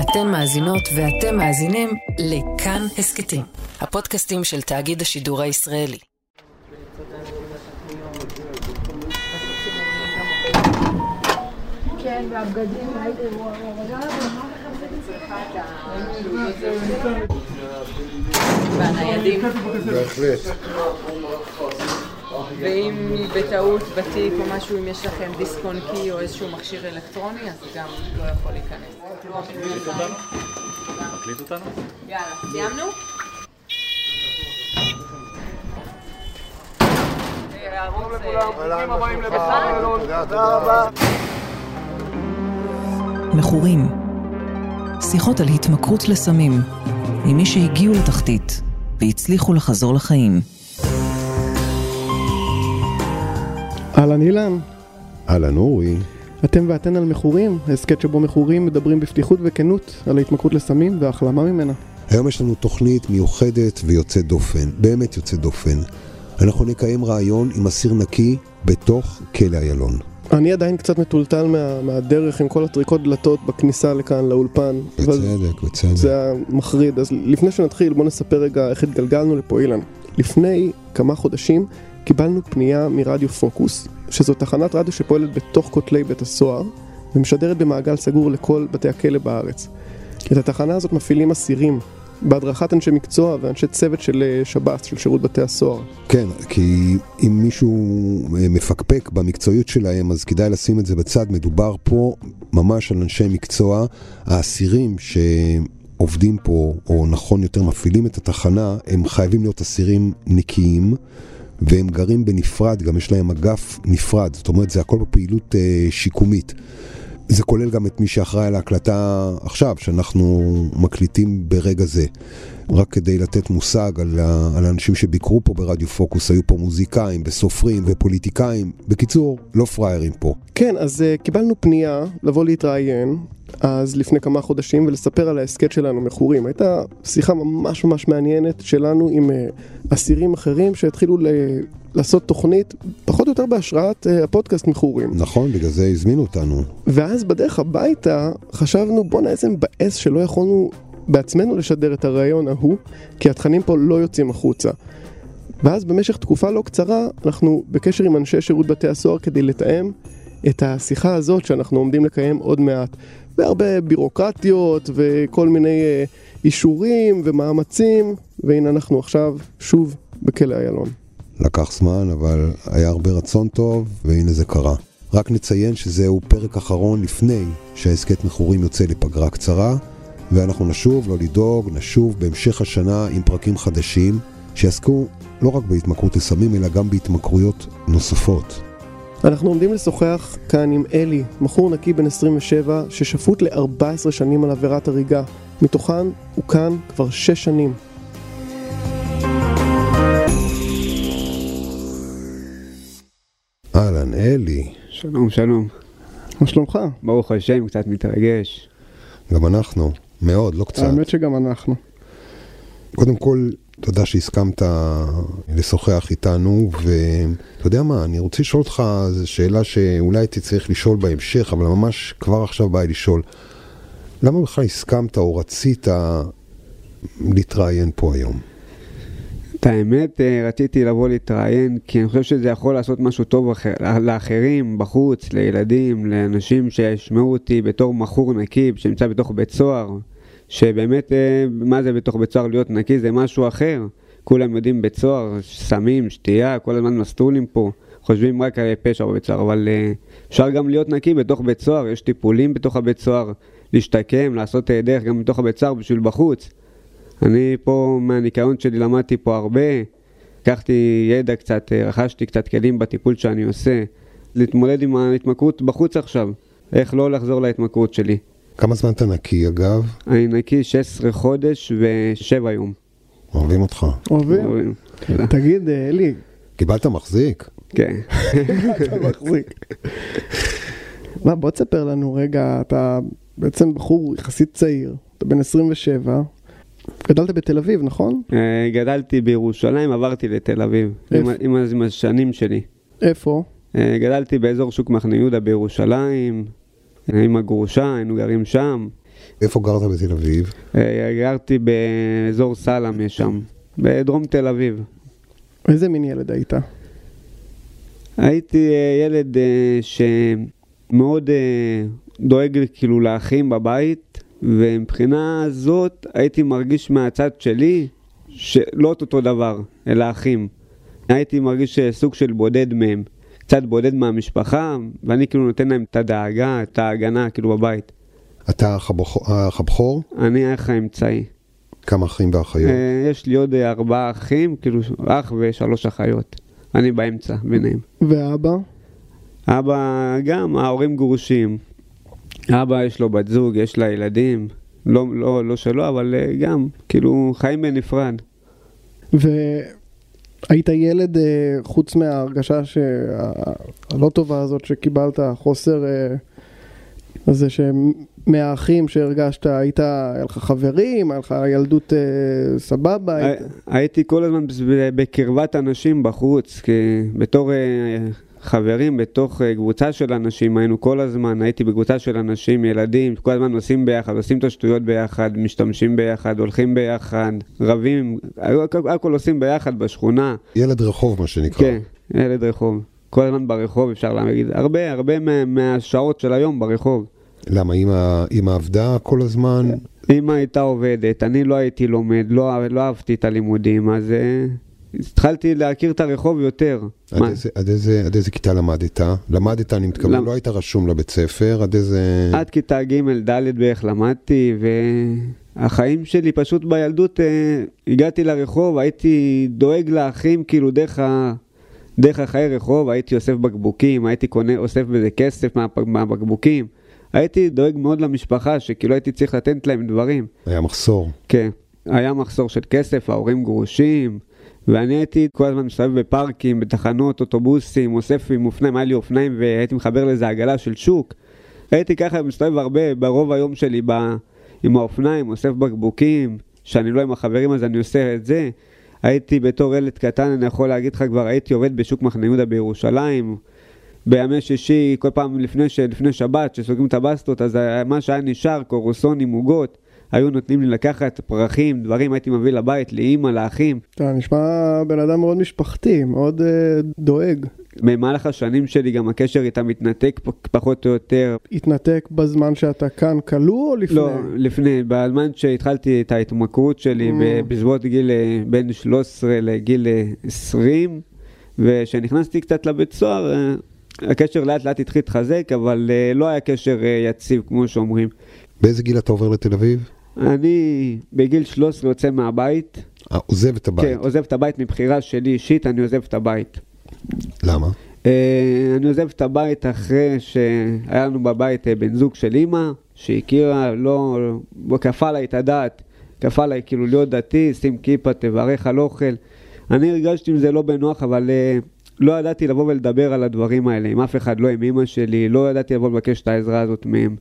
אתן מאזינות ואתם מאזינים לכאן הסקטים, הפודקאסטים של תאגיד השידור הישראלי. כן, והבגדים והניידים. בהחלט. ואם בטעות בתיק או משהו, אם יש לכם דיסק און קי או איזשהו מכשיר אלקטרוני, אז גם לא יכול להיכנס. מקליט אותנו? יאללה, סיימנו? תודה רבה. מכורים. שיחות על התמכרות לסמים, עם מי שהגיעו לתחתית והצליחו לחזור לחיים. אהלן אילן. אהלן אורי. אתם ואתן על מכורים, הסקט שבו מכורים מדברים בפתיחות וכנות על ההתמכרות לסמים וההחלמה ממנה. היום יש לנו תוכנית מיוחדת ויוצאת דופן, באמת יוצאת דופן. אנחנו נקיים רעיון עם אסיר נקי בתוך כלא איילון. אני עדיין קצת מטולטל מהדרך עם כל הטריקות דלתות בכניסה לכאן לאולפן. בצדק. זה היה מחריד. אז לפני שנתחיל, בוא נספר רגע איך התגלגלנו לפה אילן. לפני כמה חודשים קיבלנו פנייה מרדיו פוקוס, שזו תחנת רדיו שפועלת בתוך כותלי בית הסוהר, ומשדרת במעגל סגור לכל בתי הכלא בארץ. את התחנה הזאת מפעילים אסירים, בהדרכת אנשי מקצוע ואנשי צוות של שב"ס, של שירות בתי הסוהר. כן, כי אם מישהו מפקפק במקצועיות שלהם, אז כדאי לשים את זה בצד. מדובר פה ממש על אנשי מקצוע. האסירים שעובדים פה, או נכון יותר מפעילים את התחנה, הם חייבים להיות אסירים נקיים, והם גרים בנפרד, גם יש להם אגף נפרד. זאת אומרת, זה הכל בפעילות שיקומית. זה כולל גם את מי שאחראי על ההקלטה עכשיו, שאנחנו מקליטים ברגע זה. רק כדי לתת מושג על האנשים שביקרו פה ברדיו פוקוס, היו פה מוזיקאים וסופרים ופוליטיקאים. בקיצור, לא פריירים פה. כן, אז קיבלנו פנייה לבוא להתראיין, אז לפני כמה חודשים, ולספר על ההסקט שלנו מכורים. הייתה שיחה ממש ממש מעניינת שלנו עם אסירים אחרים שהתחילו לעשות תוכנית פחות או יותר בהשראת הפודקאסט מכורים. נכון, בגלל זה הזמינו אותנו. ואז בדרך הביתה חשבנו, בוא נעזם בעס שלא יכולנו בעצמנו לשדר את הרעיון ההוא, כי התכנים פה לא יוצאים החוצה. ואז במשך תקופה לא קצרה, אנחנו בקשר עם אנשי שירות בתי הסוהר כדי לתאם את השיחה הזאת שאנחנו עומדים לקיים עוד מעט. והרבה בירוקרטיות וכל מיני אישורים ומאמצים, והנה אנחנו עכשיו שוב בכלא איילון. לקח זמן, אבל היה הרבה רצון טוב, והנה זה קרה. רק נציין שזהו פרק אחרון לפני שההסקט מכורים יוצא לפגרה קצרה, ואנחנו נשוב, לא לדאוג, נשוב בהמשך השנה עם פרקים חדשים, שיעסקו לא רק בהתמכרות לסמים, אלא גם בהתמכרויות נוספות. אנחנו עומדים לשוחח כאן עם אלי, בחור נקי בן 27, ששפוט ל-14 שנים על עבירת הריגה. מתוכן הוא כאן כבר 6 שנים. אהלן, אלי. שלום, שלום. מה שלומך? ברוך השם, קצת מתרגש. גם אנחנו. מאוד, לא קצת. האמת שגם אנחנו. קודם כל, תודה שהסכמת לשוחח איתנו, ואתה יודע מה, אני רוצה לשאול אותך, זו שאלה שאולי הייתי צריך לשאול בהמשך, אבל ממש כבר עכשיו בא לשאול, למה בכלל הסכמת או רצית להתראיין פה היום? את האמת, רציתי לבוא להתראיין, כי אני חושב שזה יכול לעשות משהו טוב לאחרים, בחוץ, לילדים, לאנשים שישמעו אותי בתור מכור נקי, שנמצא בתוך בית סוהר, שבאמת, מה זה בתוך בית סוהר להיות נקי? זה משהו אחר. כולם יודעים בית סוהר, סמים, שתייה, כל הזמן מסטולים פה, חושבים רק על פשע בבית סוהר, אבל אפשר גם להיות נקי בתוך בית סוהר, יש טיפולים בתוך הבית סוהר, להשתקם, לעשות דרך גם בתוך הבית סוהר בשביל בחוץ. אני פה מהניקיון שלי למדתי פה הרבה, לקחתי ידע קצת, רכשתי קצת כלים בטיפול שאני עושה, להתמודד עם ההתמכרות בחוץ עכשיו, איך לא לחזור להתמכרות שלי. כמה זמן אתה נקי אגב? אני נקי 16 חודש ו7 יום. אוהבים אותך. אוהבים. תגיד, אלי. קיבלת מחזיק? כן. קיבלת מחזיק. בוא תספר לנו רגע, אתה בעצם בחור יחסית צעיר, אתה בן 27, גדלת בתל אביב, נכון? גדלתי בירושלים, עברתי לתל אביב, עם השנים שלי. איפה? גדלתי באזור שוק מחנה יהודה בירושלים, עם הגרושה, היינו גרים שם. איפה גרת בתל אביב? גרתי באזור סלם שם, בדרום תל אביב. איזה מין ילד היית? הייתי ילד שמאוד דואג כאילו לאחים בבית, ומבחינה זאת הייתי מרגיש מהצד שלי שלא אותו דבר, אלא אחים. הייתי מרגיש סוג של בודד מהם, קצת בודד מהמשפחה, ואני כאילו נותן להם את הדאגה, את ההגנה כאילו בבית. אתה האח הבכור? אני האח האמצעי. כמה אחים ואחיות? יש לי עוד 4 אחים, כאילו אח ו3 אחיות. אני באמצע ביניהם. ואבא? אבא גם, ההורים גרושים. אבא יש לו בת זוג, יש לה ילדים. לא שלו, אבל גם, כאילו חיים בנפרד. והיית ילד, חוץ מההרגשה הלא טובה הזאת שקיבלת, חוסר הזה מהאחים שהרגשת, היה לך חברים, היה לך ילדות סבבה? הייתי כל הזמן בקרבת אנשים בחוץ, בתור חברים, בתוך קבוצה של אנשים, היינו כל הזמן, הייתי בקבוצה של אנשים, ילדים, כל הזמן עושים ביחד, עושים את השטויות ביחד, משתמשים ביחד, הולכים ביחד, רבים, הכל עושים ביחד בשכונה. ילד רחוב מה שנקרא. כן, ילד רחוב. כל הזמן ברחוב, אפשר להגיד, הרבה מהשעות של היום ברחוב. למה? אמא עבדה כל הזמן? אמא הייתה עובדת, אני לא הייתי לומד, לא אהבתי את הלימודים, אז התחלתי להכיר את הרחוב יותר. עד איזה כיתה למדת? למדת, אני מתכוון, לא היית רשום לבית ספר, עד איזה... עד כיתה ג' ד' בערך למדתי, והחיים שלי פשוט בילדות, הגעתי לרחוב, הייתי דואג לאחים כאילו דרך החיי רחוב, הייתי אוסף בקבוקים, הייתי אוסף בזה כסף מהבקבוקים, הייתי דואג מאוד למשפחה, שכאילו הייתי צריך לתת להם דברים. היה מחסור. כן, היה מחסור של כסף, ההורים גרושים, ואני הייתי כל הזמן מסתובב בפארקים, בתחנות, אוטובוסים, אוסף עם אופניים, היה לי אופניים והייתי מחבר לזה עגלה של שוק. הייתי ככה מסתובב הרבה ברוב היום שלי עם האופניים, אוסף בקבוקים, שאני לא עם החברים אז אני עושה את זה. הייתי בתור ילד קטן, אני יכול להגיד לך כבר, הייתי עובד בשוק מחנה יהודה בירושלים, בימי שישי, כל פעם לפני שבת, שסוגרים את הבסטות, אז מה שהיה נשאר, קורוסונים, מוגות, היו נותנים לי לקחת פרחים, דברים, הייתי מביא לבית, לאמא, לאחים. אתה נשמע בן אדם מאוד משפחתי, מאוד דואג. במהלך השנים שלי גם הקשר איתה מתנתק פחות או יותר. התנתק בזמן שאתה כאן כלוא או לפני? לא, לפני, בזמן שהתחלתי את ההתמכרות שלי, בסביבות גיל בין 13 לגיל 20, ושנכנסתי קצת לבית סוהר, הקשר לאט לאט התחיל להתחזק, אבל לא היה קשר יציב כמו שאומרים. באיזה גיל אתה עובר לתל אביב? אני בגיל 13 יוצא מהבית. עוזב את הבית? כן, עוזב את הבית מבחירה שלי אישית, אני עוזב את הבית. למה? אני עוזב את הבית אחרי שהיה לנו בבית בן זוג של אמא, שהכירה, לא כפה לה את הדעת, כפה לה כאילו להיות דתי, שים כיפה, תברך על אוכל. אני הרגשתי עם זה לא בנוח, אבל לא ידעתי לבוא ולדבר על הדברים האלה, עם אף אחד, לא עם אמא שלי, לא ידעתי לבוא לבקש את העזרה הזאת מהם.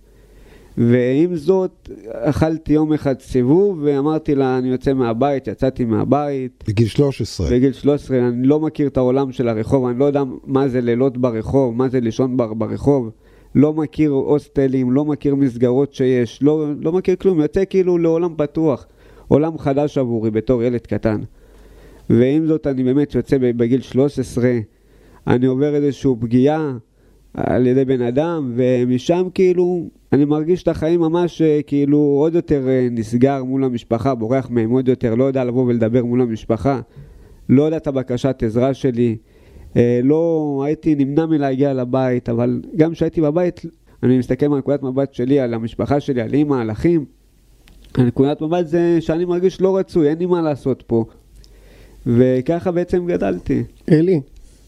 ועם זאת, אכלתי יום אחד סיבוב, ואמרתי לה, אני יוצא מהבית, יצאתי מהבית. בגיל 13? בגיל 13, אני לא מכיר את העולם של הרחוב, אני לא יודע מה זה לילות ברחוב, מה זה לישון ברחוב, לא מכיר הוסטלים, לא מכיר מסגרות שיש, לא מכיר כלום, יוצא כאילו לעולם פתוח, עולם חדש עבורי בתור ילד קטן. ועם זאת, אני באמת יוצא בגיל 13, אני עובר איזושהי פגיעה על ידי בן אדם, ומשם כאילו אני מרגיש את החיים ממש כאילו עוד יותר נסגר מול המשפחה, בורח מהם עוד יותר, לא יודע לבוא ולדבר מול המשפחה, לא יודע את הבקשת עזרה שלי, לא הייתי נמנע מלהגיע לבית, אבל גם כשהייתי בבית, אני מסתכל מנקודת מבט שלי על המשפחה שלי, על אמא, על אחים, נקודת מבט זה שאני מרגיש לא רצוי, אין לי מה לעשות פה, וככה בעצם גדלתי. אלי,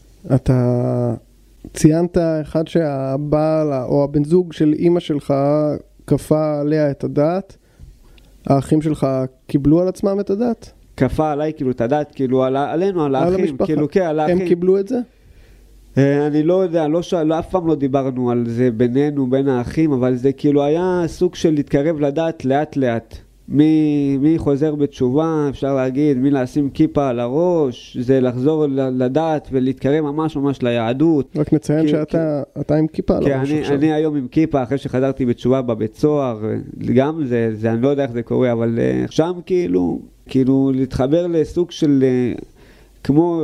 אתה ציינת אחד שהבעל או הבן זוג של אמא שלך כפה עליה את הדעת, האחים שלך קיבלו על עצמם את הדעת? כפה עליי כאילו את הדעת, כאילו עלינו, על האחים, כאילו כן, על האחים. הם קיבלו את זה? אני לא יודע, אף פעם לא דיברנו על זה בינינו, בין האחים, אבל זה כאילו היה סוג של להתקרב לדעת לאט לאט. מי חוזר בתשובה, אפשר להגיד, מי לשים כיפה על הראש, זה לחזור לדעת ולהתקרב ממש ממש ליהדות. רק נציין שאתה עם כיפה על הראש עכשיו. אני היום עם כיפה, אחרי שחזרתי בתשובה בבית סוהר, גם זה, אני לא יודע איך זה קורה, אבל שם כאילו להתחבר לסוג של, כמו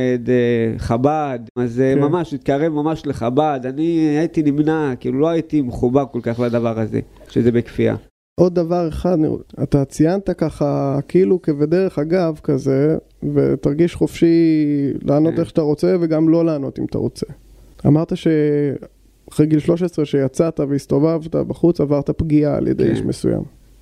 חב"ד, אז ממש להתקרב ממש לחב"ד, אני הייתי נמנע, כאילו לא הייתי מחובר כל כך לדבר הזה, שזה בכפייה. עוד דבר אחד, אתה ציינת ככה כאילו כבדרך אגב כזה, ותרגיש חופשי לענות איך שאתה רוצה וגם לא לענות אם אתה רוצה. אמרת שאחרי גיל 13 שיצאת והסתובבת בחוץ עברת פגיעה על ידי איש מסוים.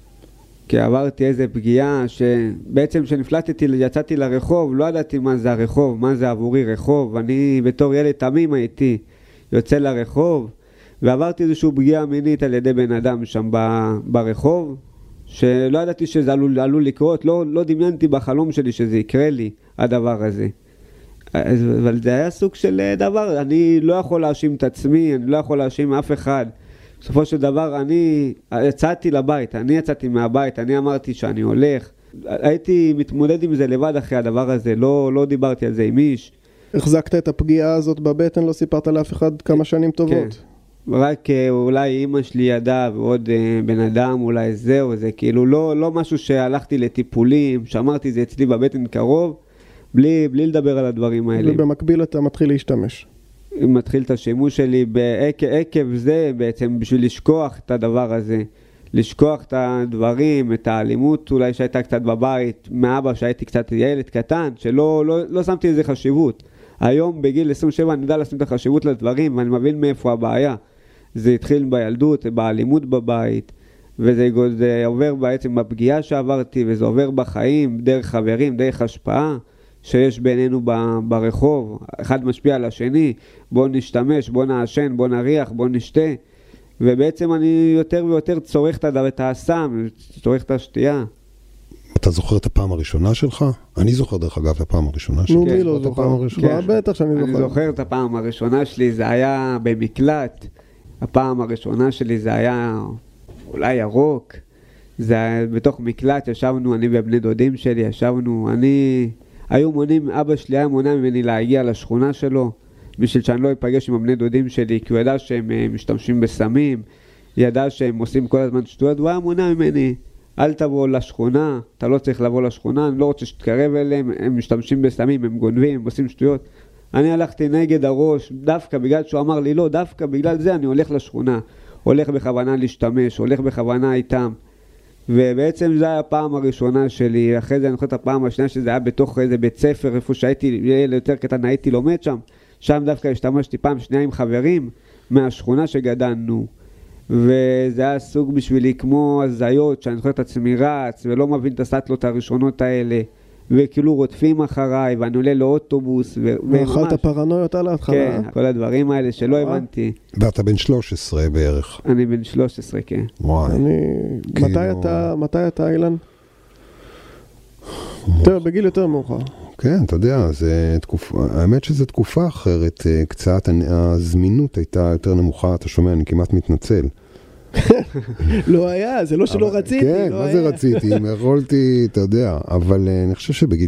כי עברתי איזה פגיעה שבעצם שנפלטתי, יצאתי לרחוב, לא ידעתי מה זה הרחוב, מה זה עבורי רחוב. אני בתור ילד תמים הייתי יוצא לרחוב, ועברתי איזושהי פגיעה מינית על ידי בן אדם שם ברחוב, שלא ידעתי שזה עלול לקרות, לא דמיינתי בחלום שלי שזה יקרה לי, הדבר הזה. אבל זה היה סוג של דבר, אני לא יכול להאשים את עצמי, אני לא יכול להאשים אף אחד. בסופו של דבר אני יצאתי לבית, אני יצאתי מהבית, אני אמרתי שאני הולך. הייתי מתמודד עם זה לבד אחרי הדבר הזה, לא דיברתי על זה עם איש. החזקת את הפגיעה הזאת בבטן, לא סיפרת לאף אחד כמה שנים טובות? כן. רק אולי אמא שלי ידעה ועוד בן אדם, אולי זהו, זה כאילו לא משהו שהלכתי לטיפולים, שאמרתי זה אצלי בבטן קרוב, בלי לדבר על הדברים האלה. ובמקביל אתה מתחיל להשתמש. מתחיל את השימוש שלי עקב זה בעצם בשביל לשכוח את הדבר הזה, לשכוח את הדברים, את האלימות אולי שהייתה קצת בבית, מאבא שהייתי קצת ילד קטן, שלא שמתי איזה חשיבות. היום בגיל 27 אני יודע לשים את החשיבות לדברים ואני מבין מאיפה הבעיה. זה התחיל בילדות, באלימות בבית, וזה עובר בעצם בפגיעה שעברתי, וזה עובר בחיים, דרך חברים, דרך השפעה שיש בינינו ברחוב. אחד משפיע על השני, בוא נשתמש, בוא נעשן, בוא נריח, בוא נשתה. ובעצם אני יותר ויותר צורך את הסם, צורך את השתייה. אתה זוכר את הפעם הראשונה שלך? אני זוכר דרך אגב את הפעם הראשונה שלי. נו, מי לא זוכר? בטח שאני זוכר. אני זוכר את הפעם הראשונה שלי, זה היה במקלט. הפעם הראשונה שלי זה היה אולי ירוק. זה היה בתוך מקלט, ישבנו, אני ובני דודים שלי, ישבנו, אבא שלי היה מונע ממני להגיע לשכונה שלו, בשביל שאני לא אפגש עם הבני דודים שלי, כי הוא ידע שהם משתמשים בסמים, ידע שהם עושים כל הזמן שטויות, הוא היה מונע ממני. אל תבוא לשכונה, אתה לא צריך לבוא לשכונה, אני לא רוצה שתקרב אליהם, הם משתמשים בסמים, הם גונבים, הם עושים שטויות. אני הלכתי נגד הראש, דווקא בגלל שהוא אמר לי לא, דווקא בגלל זה אני הולך לשכונה, הולך בכוונה להשתמש, הולך בכוונה איתם. ובעצם זה היה הפעם הראשונה שלי, אחרי זה אני חושב את הפעם השנייה שזה היה בתוך איזה בית ספר, איפה שהייתי ילד יותר קטן, הייתי לומד שם דווקא השתמשתי פעם שנייה עם חברים מהשכונה שגדלנו. וזה היה סוג בשבילי כמו הזיות, שאני זוכר את עצמי רץ ולא מבין את הסטלות הראשונות האלה, וכאילו רודפים אחריי ואני עולה לאוטובוס ואכלת פרנויות על ההתחלה. כן, כל הדברים האלה שלא הבנתי. ואתה בן 13 בערך. אני בן 13, כן. וואי. מתי אתה אילן? בגיל יותר מאוחר. כן, אתה יודע, האמת שזו תקופה אחרת, קצת הזמינות הייתה יותר נמוכה, אתה שומע, אני כמעט מתנצל. לא היה, זה לא שלא רציתי, כן, מה זה רציתי, יכולתי, אתה יודע, אבל אני חושב שבגיל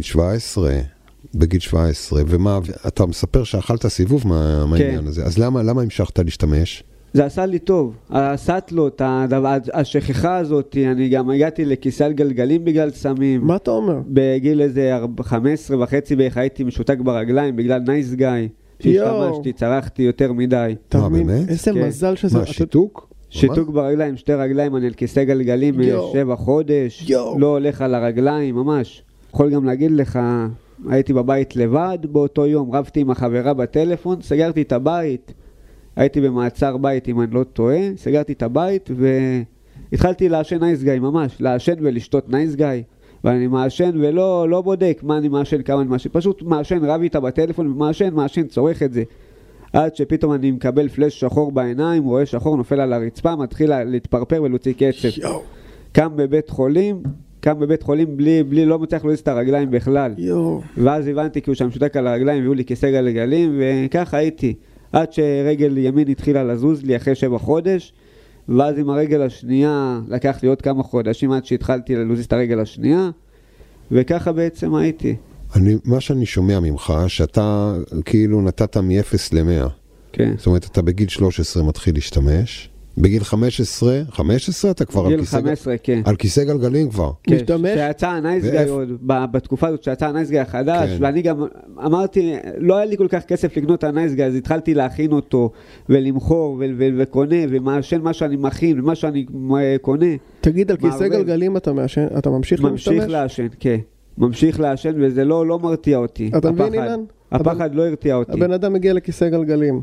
17, ומה, אתה מספר שאכלת סיבוב מהעניין הזה, אז למה המשכת להשתמש? זה עשה לי טוב, הסטלות, השכחה הזאת, אני גם הגעתי לכיסא על גלגלים בגלל סמים. מה אתה אומר? בגיל איזה 15 וחצי בערך הייתי משותק ברגליים בגלל נייס גיא, שהשתמשתי, צרכתי יותר מדי. מה באמת? איזה מזל שזה... מה, שיתוק? שיתוק ברגליים, 2 רגליים, אני על כיסא גלגלים 7 חודש, לא הולך על הרגליים, ממש. יכול גם להגיד לך, הייתי בבית לבד באותו יום, רבתי עם החברה בטלפון, סגרתי את הבית, הייתי במעצר בית אם אני לא טועה, סגרתי את הבית והתחלתי לעשן נייס גיא, ממש, לעשן ולשתות נייס גיא, ואני מעשן ולא בודק מה אני מעשן, כמה אני מעשן, פשוט מעשן, רב איתה בטלפון ומעשן, צורך את זה. עד שפתאום אני מקבל פלש שחור בעיניים, רואה שחור נופל על הרצפה, מתחיל להתפרפר ולהוציא קצב. קם בבית חולים בלי לא מצליח להוציא את הרגליים בכלל. ואז הבנתי כי הוא שם שותק על הרגליים והיו לי כיסא גלגלים, וככה הייתי. עד שרגל ימין התחילה לזוז לי אחרי 7 חודש, ואז עם הרגל השנייה לקח לי עוד כמה חודשים עד שהתחלתי להזיז את הרגל השנייה, וככה בעצם הייתי. מה שאני שומע ממך, שאתה כאילו נתת מ-0 ל-100. כן. זאת אומרת, אתה בגיל 13 מתחיל להשתמש, בגיל 15 אתה כבר גיל 15, כן. על כיסא גלגלים כבר. כן, שיצא הנייסגאי עוד, בתקופה הזאת שיצא הנייסגאי החדש, כן. ואני גם אמרתי, לא היה לי כל כך כסף לקנות הנייסגאי, אז התחלתי להכין אותו, ולמחור, וקונה, ומאשן מה שאני מכין, ומה שאני קונה. תגיד, על כיסא גלגלים אתה ממשיך להשתמש? ממשיך לעשן, כן. ממשיך לעשן, וזה לא מרתיע אותי. אתה מבין, אילן? הפחד לא הרתיע אותי. הבן אדם מגיע לכיסא גלגלים.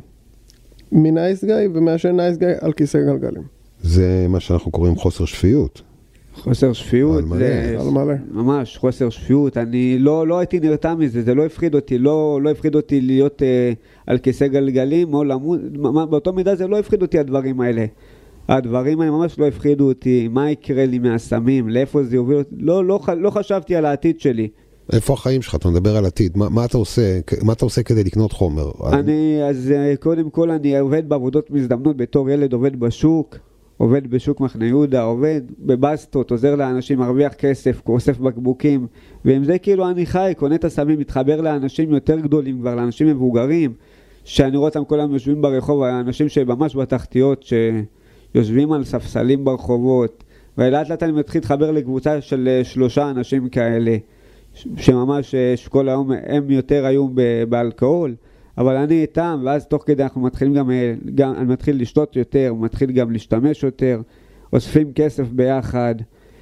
מנייסגאי ומאשן נייסגאי על כיסא גלגלים. זה מה שאנחנו קוראים חוסר שפיות. חוסר שפיות, זה ממש חוסר שפיות. אני לא הייתי נרתע מזה, זה לא הפחיד אותי, לא הפחיד אותי להיות על כיסא גלגלים או למות, באותו מידה זה לא הפחיד אותי הדברים האלה. הדברים האלה ממש לא הפחידו אותי, מה יקרה לי מהסמים, לאיפה זה יוביל אותי, לא חשבתי על העתיד שלי. איפה החיים שלך? אתה מדבר על עתיד. מה אתה עושה כדי לקנות חומר? אז קודם כל אני עובד בעבודות מזדמנות בתור ילד, עובד בשוק מחנה יהודה, עובד בבסטות, עוזר לאנשים, מרוויח כסף, אוסף בקבוקים, ועם זה כאילו אני חי, קונה את הסמים, מתחבר לאנשים יותר גדולים כבר, לאנשים מבוגרים, שאני רואה אותם כל היום יושבים ברחוב, האנשים שממש בתחתיות, שיושבים על ספסלים ברחובות, ולאט לאט אני מתחיל להתחבר לקבוצה של 3 אנשים כאלה, שממש שכל היום הם יותר היו באלכוהול, אבל אני איתם, ואז תוך כדי אנחנו מתחילים גם אני מתחיל לשתות יותר, מתחיל גם להשתמש יותר, אוספים כסף ביחד,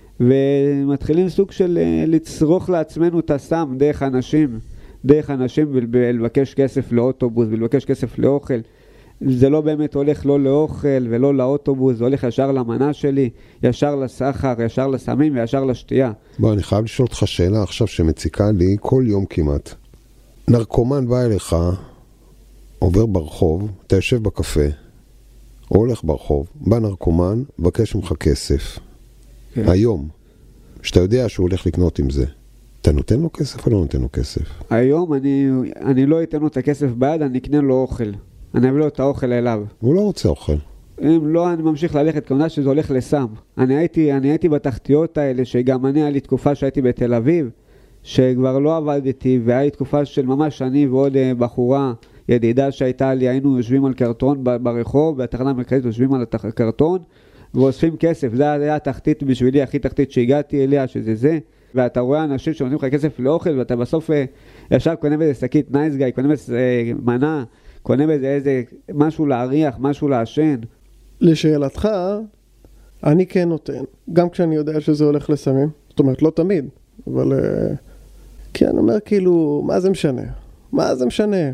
ומתחילים סוג של לצרוך לעצמנו את הסם דרך אנשים ולבקש כסף לאוטובוס, ולבקש כסף לאוכל. זה לא באמת הולך לא לאוכל ולא לאוטובוס, זה הולך ישר למנה שלי, ישר לסחר, ישר לסמים וישר לשתייה. בוא, אני חייב לשאול אותך שאלה עכשיו שמציקה לי כל יום כמעט. נרקומן בא אליך, עובר ברחוב, אתה יושב בקפה, או הולך ברחוב, בא נרקומן, מבקש ממך כסף. כן. היום, שאתה יודע שהוא הולך לקנות עם זה, אתה נותן לו כסף או לא נותן לו כסף? היום אני לא אתן לו את הכסף ביד, אני אקנה לו אוכל. אני אביא לו את האוכל אליו. הוא לא רוצה אוכל. אם לא, אני ממשיך ללכת, כמובן שזה הולך לסם. אני הייתי בתחתיות האלה, שגם אני, היה לי תקופה שהייתי בתל אביב, שכבר לא עבדתי, והיה לי תקופה של ממש אני ועוד בחורה, ידידה שהייתה לי, היינו יושבים על קרטון ברחוב, והתחנה המרכזית יושבים על הקרטון, ואוספים כסף. זה היה התחתית בשבילי, הכי תחתית שהגעתי אליה, שזה זה. ואתה רואה אנשים שנותנים לך כסף לאוכל, ואתה בסוף ישר קונה בזה שקית נייסגאי, קונה בזה מנה, קונה בזה איזה משהו להריח, משהו לעשן. לשאלתך, אני כן נותן, גם כשאני יודע שזה הולך לסמים, זאת אומרת לא תמיד, אבל כי אני אומר כאילו, מה זה משנה? מה זה משנה?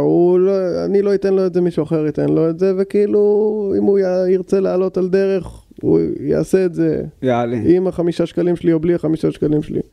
אני לא אתן לו את זה, מישהו אחר ייתן לו את זה, וכאילו אם הוא ירצה לעלות על דרך, הוא יעשה את זה. יעלה. עם 5 שקלים שלי או בלי 5 שקלים שלי.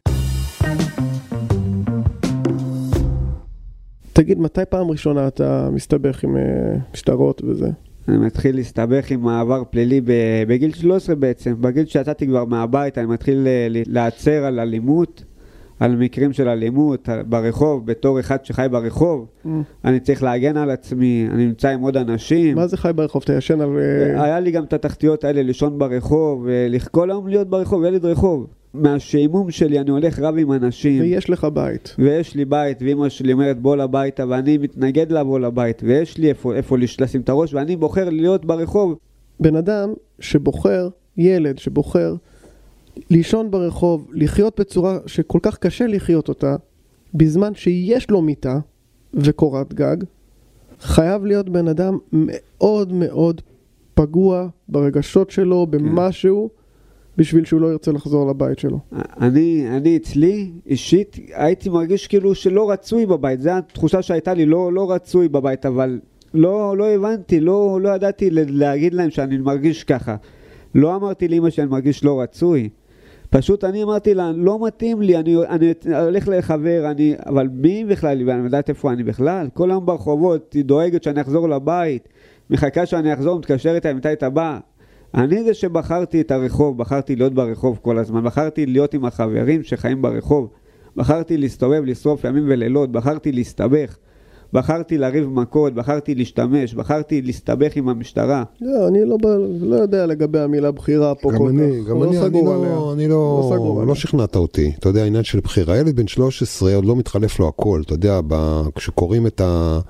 תגיד, מתי פעם ראשונה אתה מסתבך עם משטרות וזה? אני מתחיל להסתבך עם מעבר פלילי בגיל 13 בעצם. בגיל שיצאתי כבר מהבית, אני מתחיל לעצר על אלימות, על מקרים של אלימות ברחוב, בתור אחד שחי ברחוב. אני צריך להגן על עצמי, אני נמצא עם עוד אנשים. מה זה חי ברחוב? אתה ישן על... היה לי גם את התחתיות האלה, לישון ברחוב, כל היום להיות ברחוב, ילד רחוב. מהשעימום שלי אני הולך רב עם אנשים. ויש לך בית. ויש לי בית, ואמא שלי אומרת בוא לביתה, ואני מתנגד לבוא לבית, ויש לי איפה לשים את הראש, ואני בוחר להיות ברחוב. בן אדם שבוחר, ילד שבוחר, לישון ברחוב, לחיות בצורה שכל כך קשה לחיות אותה, בזמן שיש לו מיטה וקורת גג, חייב להיות בן אדם מאוד מאוד פגוע ברגשות שלו, במשהו, בשביל שהוא לא ירצה לחזור לבית שלו. אני אצלי, אישית, הייתי מרגיש כאילו שלא רצוי בבית. זו התחושה שהייתה לי, לא רצוי בבית, אבל לא הבנתי, לא ידעתי להגיד להם שאני מרגיש ככה. לא אמרתי לאמא שאני מרגיש לא רצוי. פשוט אני אמרתי לה, לא מתאים לי, אני הולך לחבר, אבל מי בכלל? ואני יודעת איפה אני בכלל? כל היום ברחובות, היא דואגת שאני אחזור לבית, מחכה שאני אחזור, מתקשרת מתי אתה בא. אני זה שבחרתי את הרחוב, בחרתי להיות ברחוב כל הזמן, בחרתי להיות עם החברים שחיים ברחוב, בחרתי להסתובב, לשרוף ימים ולילות, בחרתי להסתבך, בחרתי לריב מכות, בחרתי להשתמש, בחרתי להסתבך עם המשטרה. לא, אני לא יודע לגבי המילה בחירה פה כל כך. גם אני לא שכנעת אותי. אתה יודע, העניין של בחירה. ילד בן 13 עוד לא מתחלף לו הכל. אתה יודע, כשקוראים את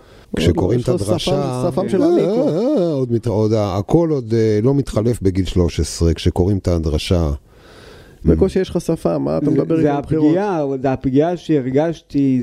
הדרשה, שפם של המיקרו. הכל עוד לא מתחלף בגיל 13, כשקוראים את הדרשה. בקושי יש לך שפה, מה אתה מדבר עם הבחירות? זה הפגיעה שהרגשתי,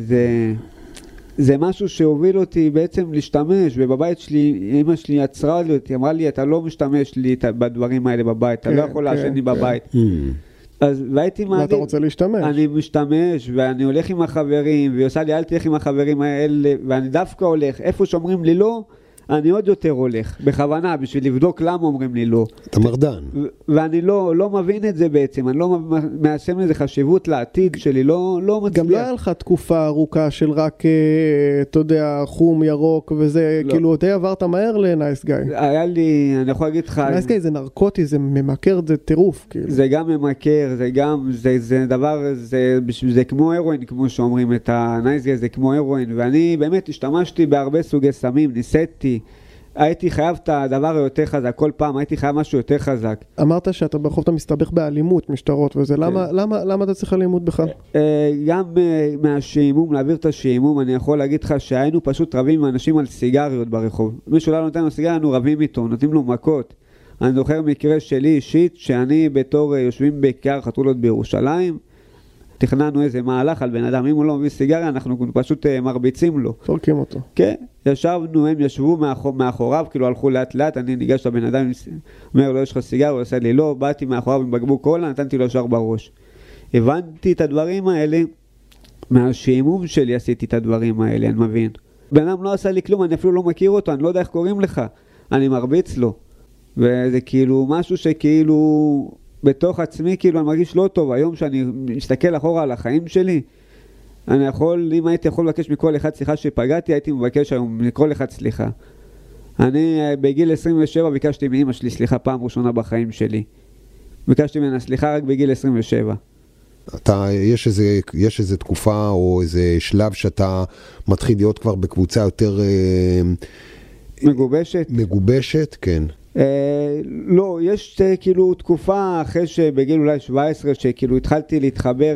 זה משהו שהוביל אותי בעצם להשתמש, ובבית שלי, אמא שלי עצרה לי אותי, אמרה לי, אתה לא משתמש לי בדברים האלה בבית, אתה לא יכול לעשן לי בבית. אז והייתי מעדיף, ואתה רוצה להשתמש? אני משתמש, ואני הולך עם החברים, והיא עושה לי, אל תלך עם החברים האלה, ואני דווקא הולך, איפה שאומרים לי לא, אני עוד יותר הולך, בכוונה, בשביל לבדוק למה אומרים לי לא. אתה מרדן. ואני לא מבין את זה בעצם, אני לא מיישם איזה חשיבות לעתיד שלי, לא מצליח. גם לא היה לך תקופה ארוכה של רק, אתה יודע, חום, ירוק וזה, כאילו, אתה עברת מהר לנייס גאי. היה לי, אני יכול להגיד לך... נייס גאי זה נרקוטי, זה ממכר, זה טירוף, כאילו. זה גם ממכר, זה גם, זה דבר, זה כמו הרואין, כמו שאומרים את הנייס גאי, זה כמו הרואין, ואני באמת השתמשתי בהרבה סוגי סמים, ניסיתי, הייתי חייב את הדבר היותר חזק, כל פעם הייתי חייב משהו יותר חזק. אמרת שאתה ברחוב אתה מסתבך באלימות, משטרות וזה, למה אתה צריך אלימות בכלל? גם מהשעימום, להעביר את השעימום, אני יכול להגיד לך שהיינו פשוט רבים עם אנשים על סיגריות ברחוב. מישהו לא נותן לו סיגריה, היינו רבים איתו, נותנים לו מכות. אני זוכר מקרה שלי אישית, שאני בתור יושבים בכיכר חתולות בירושלים, תכננו איזה מהלך על בן אדם, אם הוא לא מביא סיגריה, אנחנו פשוט מרביצים לו. פורקים אותו. כן, ישבנו, הם ישבו מאחוריו, כאילו הלכו לאט לאט, אני ניגש לבן אדם, אומר לו, יש לך סיגריה? הוא עושה לי, לא, באתי מאחוריו עם בקבוק קולה, נתנתי לו ישר בראש. הבנתי את הדברים האלה, מהשעימום שלי עשיתי את הדברים האלה, אני מבין. בן אדם לא עשה לי כלום, אני אפילו לא מכיר אותו, אני לא יודע איך קוראים לך, אני מרביץ לו. וזה כאילו משהו שכאילו... בתוך עצמי כאילו אני מרגיש לא טוב, היום שאני מסתכל אחורה על החיים שלי, אני יכול, אם הייתי יכול לבקש מכל אחד סליחה שפגעתי, הייתי מבקש היום מכל אחד סליחה. אני בגיל 27 ביקשתי מאמא שלי סליחה פעם ראשונה בחיים שלי. ביקשתי ממנה סליחה רק בגיל 27. יש איזה תקופה או איזה שלב שאתה מתחיל להיות כבר בקבוצה יותר... מגובשת, כן. לא, יש כאילו תקופה אחרי שבגיל אולי 17 שכאילו התחלתי להתחבר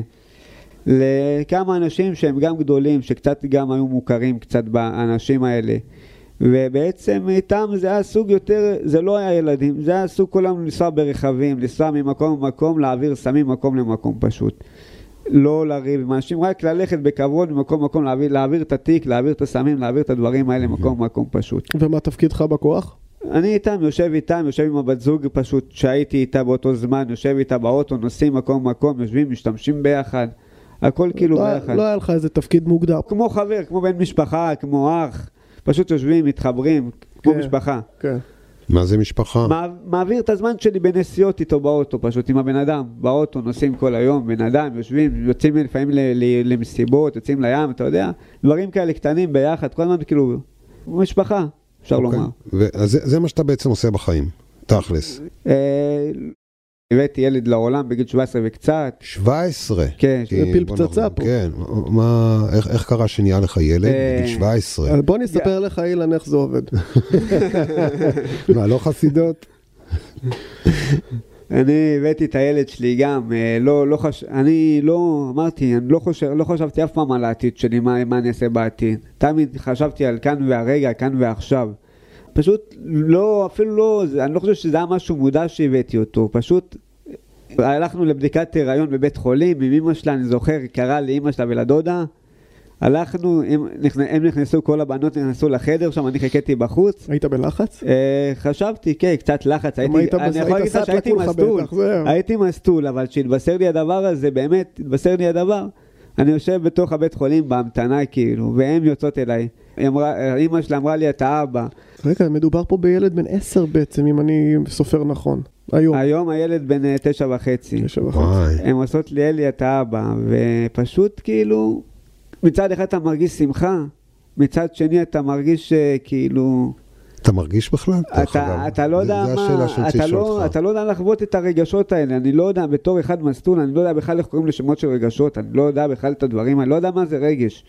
לכמה אנשים שהם גם גדולים, שקצת גם היו מוכרים קצת באנשים האלה, ובעצם איתם זה היה סוג יותר, זה לא היה ילדים, זה היה סוג כולם לנסוע ברכבים, לנסוע ממקום למקום, להעביר סמים ממקום למקום פשוט, לא לריב עם אנשים, רק ללכת בכבוד ממקום למקום, להעביר את התיק, להעביר את הסמים, להעביר את הדברים האלה ממקום למקום פשוט. ומה תפקידך בכוח? אני יושב עם הבת זוג פשוט שהייתי איתה באותו זמן, יושב איתה באוטו, נוסעים מקום, יושבים, משתמשים ביחד, הכל כאילו ביחד. לא היה לך איזה תפקיד מוגדר. כמו חבר, כמו בן משפחה, כמו אח, פשוט יושבים, מתחברים, כמו משפחה. כן. מה זה משפחה? מעביר את הזמן שלי בנסיעות איתו באוטו, פשוט עם הבן אדם, באוטו נוסעים כל היום, בן אדם, יושבים, יוצאים לפעמים למסיבות, יוצאים לים, אתה יודע, דברים כאלה קטנים ביחד, כל הזמן כאילו, משפחה. אפשר לומר. זה מה שאתה בעצם עושה בחיים, תכלס. הבאתי ילד לעולם בגיל 17 וקצת. 17? כן. זה פיל פצצה פה. כן, איך קרה שנהיה לך ילד בגיל 17? בוא נספר לך אילן איך זה עובד. מה, לא חסידות? אני הבאתי את הילד שלי גם, אני לא חשבתי אף פעם על העתיד שלי, מה אני אעשה בעתיד. תמיד חשבתי על כאן והרגע, כאן ועכשיו. פשוט אפילו לא, אני לא חושב שזה היה משהו מודע שהבאתי אותו. פשוט הלכנו לבדיקת הריון בבית חולים, עם אמא שלה, אני זוכר, קרא לאמא שלה ולדודה. הלכנו, הם נכנסו, כל הבנות נכנסו לחדר שם, אני חיכיתי בחוץ. היית בלחץ? חשבתי, כן, קצת לחץ. אני יכול להגיד לך שהייתי מסטול. הייתי מסטול, אבל כשהתבשר לי הדבר הזה, באמת, התבשר לי הדבר. אני יושב בתוך הבית חולים בהמתנה כאילו, והם יוצאות אליי. אמא שלה אמרה לי, אתה אבא. רגע, מדובר פה בילד בן 10 בעצם, אם אני סופר נכון. היום הילד בן 9.5. הם עושות לי, אלי, אתה אבא. ופשוט כאילו... מצד אחד אתה מרגיש שמחה, מצד שני אתה מרגיש כאילו... אתה מרגיש בכלל? אתה לא יודע מה, אתה לא יודע לחוות את הרגשות האלה, אני לא יודע בתור אחד מסטול, אני לא יודע בכלל איך קוראים לשמות של רגשות, אני לא יודע בכלל את הדברים, אני לא יודע מה זה רגש.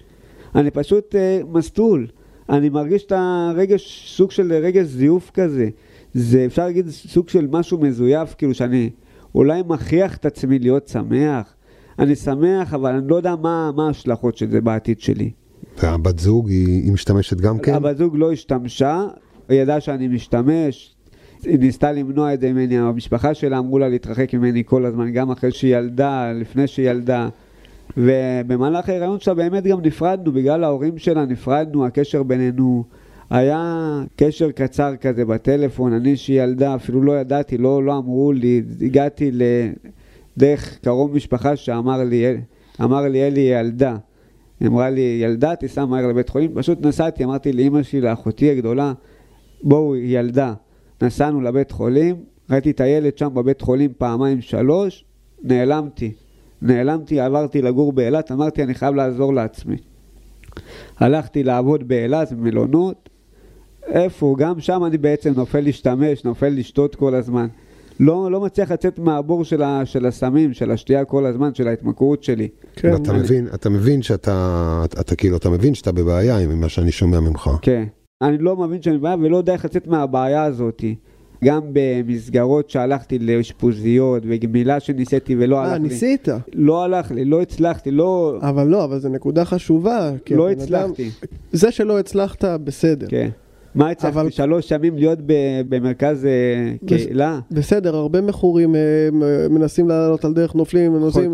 אני פשוט מסטול. אני מרגיש את הרגש, סוג של רגש זיוף כזה. זה אפשר להגיד סוג של משהו מזויף, כאילו שאני אולי מכריח את עצמי להיות שמח. אני שמח, אבל אני לא יודע מה ההשלכות של זה בעתיד שלי. והבת זוג היא משתמשת גם כן? הבת זוג לא השתמשה, היא ידעה שאני משתמש, היא ניסתה למנוע את זה ממני, המשפחה שלה אמרו לה להתרחק ממני כל הזמן, גם אחרי שהיא ילדה, לפני שהיא ילדה, ובמהלך ההיריון שלה באמת גם נפרדנו, בגלל ההורים שלה נפרדנו, הקשר בינינו היה קשר קצר כזה בטלפון, אני שהיא ילדה, אפילו לא ידעתי, לא אמרו לי, הגעתי לדרך קרוב משפחה שאמר לי, אלי ילדה. אמרה לי, ילדה, תיסע מהר לבית חולים, פשוט נסעתי, אמרתי לאמא שלי, לאחותי הגדולה, בואו, ילדה. נסענו לבית חולים, ראיתי את הילד שם בבית חולים פעמיים 3, נעלמתי, עברתי לגור באילת, אמרתי, אני חייב לעזור לעצמי. הלכתי לעבוד באילת, במלונות, איפה? גם שם אני בעצם נופל לשתות כל הזמן. לא מצליח לצאת מהבור של הסמים, של השתייה כל הזמן, של ההתמכרות שלי. כן. אתה מבין אתה מבין שאתה בבעיה עם מה שאני שומע ממך. כן. אני לא מבין שאני בבעיה ולא יודע איך לצאת מהבעיה הזאת. גם במסגרות שהלכתי לאשפוזיות וגמילה שניסיתי ולא הלך לי. ניסית? לא הלך לי, לא הצלחתי, לא... אבל זו נקודה חשובה. לא הצלחתי. זה שלא הצלחת, בסדר. כן. מה הצלחתי? 3 ימים להיות במרכז קהילה? בסדר, הרבה מכורים מנסים לעלות על דרך, נופלים,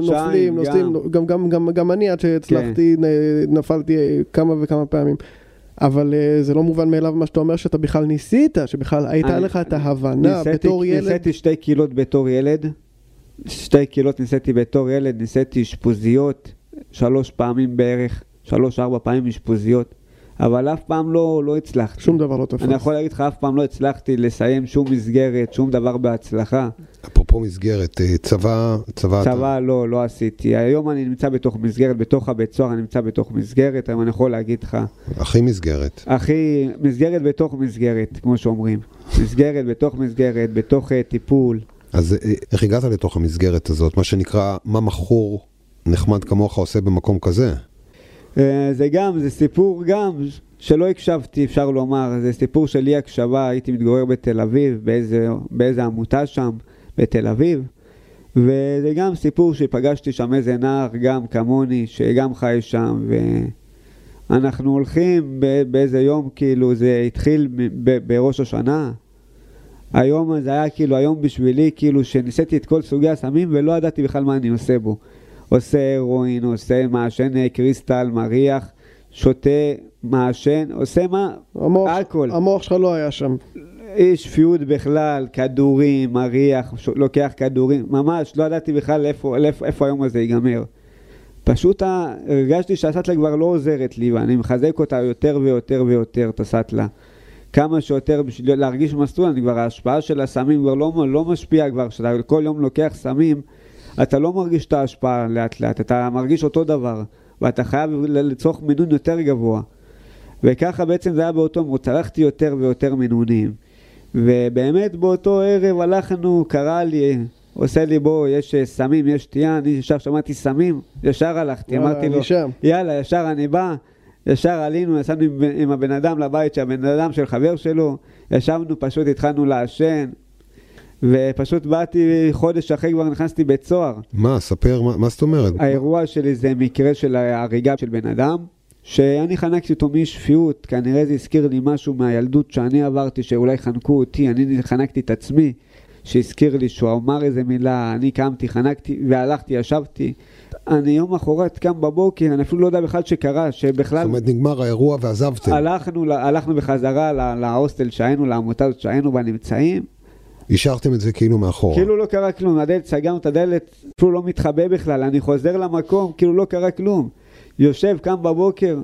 גם אני עד שהצלחתי, נפלתי כמה וכמה פעמים. אבל זה לא מובן מאליו מה שאתה אומר, שאתה בכלל ניסית, שבכלל הייתה לך את ההבנה בתור ילד. ניסיתי 2 קהילות בתור ילד, 2 קהילות ניסיתי בתור ילד, ניסיתי אשפוזיות, 3 פעמים בערך, 3-4 פעמים אשפוזיות. אבל אף פעם לא הצלחתי. שום דבר לא תפס. אני יכול להגיד לך, אף פעם לא הצלחתי לסיים שום מסגרת, שום דבר בהצלחה. אפרופו מסגרת, צבא לא עשיתי. היום אני נמצא בתוך מסגרת, בתוך הבית סוהר אני נמצא בתוך מסגרת, היום אני יכול להגיד לך. מסגרת בתוך מסגרת, כמו שאומרים. מסגרת בתוך מסגרת, בתוך טיפול. אז איך הגעת לתוך המסגרת הזאת? מה שנקרא, מה מכור נחמד כמוך עושה במקום כזה? זה סיפור גם שלא הקשבתי, אפשר לומר, זה סיפור שלי הקשבה, הייתי מתגורר בתל אביב, באיזה עמותה שם, בתל אביב, וזה גם סיפור שפגשתי שם איזה נער, גם כמוני, שגם חי שם, ואנחנו הולכים באיזה יום, כאילו זה התחיל בראש השנה, היום זה היה כאילו היום בשבילי, כאילו שניסיתי את כל סוגי הסמים, ולא ידעתי בכלל מה אני עושה בו. עושה הרואין, עושה מעשן קריסטל, מריח, שותה, מעשן, עושה אלכוהול. המוח שלך לא היה שם. איש פיוד בכלל, כדורים, מריח, לוקח כדורים, ממש לא ידעתי בכלל איפה היום הזה ייגמר. פשוט הרגשתי שהסטלה כבר לא עוזרת לי, ואני מחזק אותה יותר ויותר ויותר, את הסטלה. כמה שיותר בשביל להרגיש מסלול, אני כבר ההשפעה של הסמים כבר לא משפיע כבר, שאתה כל יום לוקח סמים, אתה לא מרגיש את ההשפעה לאט לאט, אתה מרגיש אותו דבר, ואתה חייב לצורך מינון יותר גבוה. וככה בעצם זה היה באותו, צרכתי יותר ויותר מינונים. ובאמת באותו ערב הלכנו, קרא לי, עושה לי בוא, יש סמים, יש שתייה, אני ישר שמעתי סמים, ישר הלכתי, אמרתי לו, יאללה, ישר אני בא, ישר עלינו, נסענו עם הבן אדם לבית, שהבן אדם של חבר שלו, ישבנו, פשוט התחלנו לעשן, ופשוט באתי חודש אחרי כבר נכנסתי בית סוהר. מה? ספר, מה זאת אומרת? האירוע שלי זה מקרה של הריגה של בן אדם, שאני חנקתי אותו משפיות, כנראה זה הזכיר לי משהו מהילדות שאני עברתי, שאולי חנקו אותי, אני חנקתי את עצמי, שהזכיר לי שהוא אמר איזה מילה, אני קמתי, חנקתי והלכתי, ישבתי. אני יום אחרת קם בבוקר, אני אפילו לא יודע בכלל שקרה, שבכלל... זאת אומרת, נגמר האירוע ועזבתם. הלכנו בחזרה להוסטל שהיינו, לעמותה הזאת שהיינו בה נמצאים. השארתם את זה כאילו מאחורה. כאילו לא קרה כלום, הדלת, סגרנו את הדלת, אפילו לא מתחבא בכלל, אני חוזר למקום, כאילו לא קרה כלום. יושב, קם בבוקר,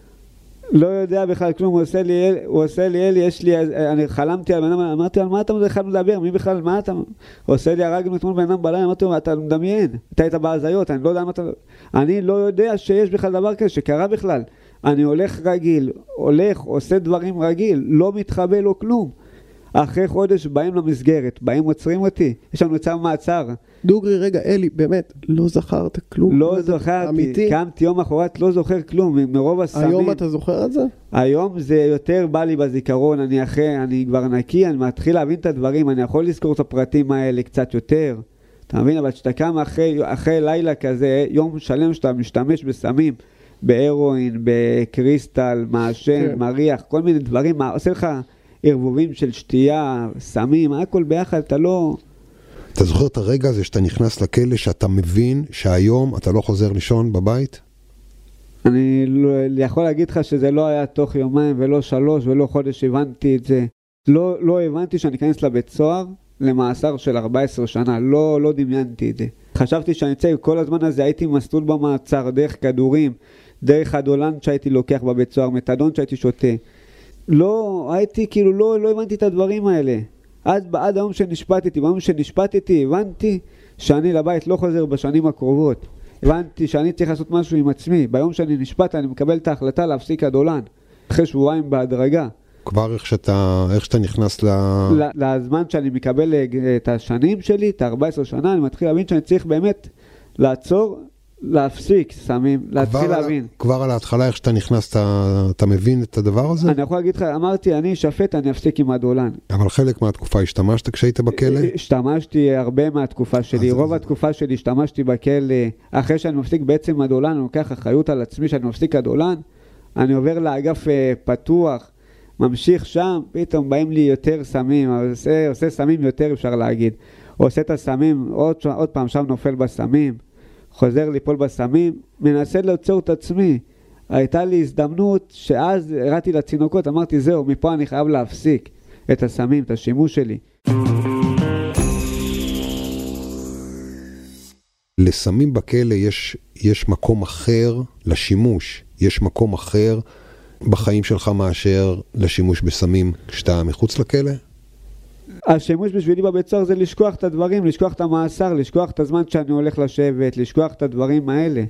לא יודע בכלל כלום, הוא עושה לי, אלי, יש לי, אני חלמתי על בן אדם, אמרתי, על מה אתה בכלל מדבר, מי בכלל, מה אתה, הוא עושה לי, הרגנו אתמול בן אדם בלילה, אמרתי, אתה מדמיין, אתה היית בהזיות, אני לא יודע מה אתה, אני לא יודע שיש בכלל דבר כזה, שקרה בכלל, אני הולך רגיל, עושה דברים רגיל, לא מתחבא לו כלום, אחרי חודש באים למסגרת, באים עוצרים אותי, יש לנו צו מעצר. דוגרי, רגע, אלי, באמת, לא זכרת כלום? לא זכרתי, קמתי יום אחרת, לא זוכר כלום, מרוב הסמים. היום אתה זוכר את זה? היום זה יותר בא לי בזיכרון, אני כבר נקי, אני מתחיל להבין את הדברים, אני יכול לזכור את הפרטים האלה קצת יותר. אתה מבין, אבל שאתה קם אחרי לילה כזה, יום שלם שאתה משתמש בסמים, בהרואין, בקריסטל, מעשן, כן. מריח, כל מיני דברים, עושה לך ערבובים של שתייה, סמים, הכל ביחד, אתה לא... אתה זוכר את הרגע הזה שאתה נכנס לכלא, שאתה מבין שהיום אתה לא חוזר לישון בבית? אני יכול להגיד לך שזה לא היה תוך יומיים ולא 3 ולא חודש, הבנתי את זה. לא הבנתי שאני אכנס לבית סוהר למאסר של 14 שנה, לא דמיינתי את זה. חשבתי שאני אצא, כל הזמן הזה הייתי מסלול במעצר, דרך כדורים, דרך הדולן שהייתי לוקח בבית סוהר, מתדון שהייתי שותה. הייתי כאילו, לא הבנתי את הדברים האלה. עד היום שנשפטתי, ביום שנשפטתי, הבנתי שאני לבית לא חוזר בשנים הקרובות. הבנתי שאני צריך לעשות משהו עם עצמי. ביום שאני נשפט, אני מקבל את ההחלטה להפסיק הדולן. אחרי שבועיים בהדרגה. כבר איך שאתה נכנס לזמן שאני מקבל את השנים שלי, את 14 שנה, אני מתחיל להבין שאני צריך באמת לעצור, להפסיק סמים, להתחיל להבין. כבר על ההתחלה איך שאתה נכנס, אתה מבין את הדבר הזה? אני יכול להגיד לך, אמרתי, אני שפט, אני אפסיק עם הדולן. אבל חלק מהתקופה השתמשת כשהיית בכלא? השתמשתי הרבה מהתקופה שלי, רוב התקופה שלי השתמשתי בכלא. אחרי שאני מפסיק בעצם הדולן, אני לוקח אחריות על עצמי שאני מפסיק הדולן, אני עובר לאגף פתוח, ממשיך שם, פתאום באים לי יותר סמים, עושה סמים יותר אפשר להגיד. עושה את הסמים, עוד פעם שם נופל בסמים. חוזר ליפול בסמים, מנסה לעצור את עצמי. הייתה לי הזדמנות שאז הראתי לצינוקות, אמרתי זהו, מפה אני חייב להפסיק את הסמים, את השימוש שלי. לסמים בכלא יש מקום אחר לשימוש, יש מקום אחר בחיים שלך מאשר לשימוש בסמים כשאתה מחוץ לכלא? השימוש בשבילי בבית סוהר זה לשכוח את הדברים, לשכוח את המאסר, לשכוח את הזמן שאני הולך לשבת, לשכוח את הדברים האלה.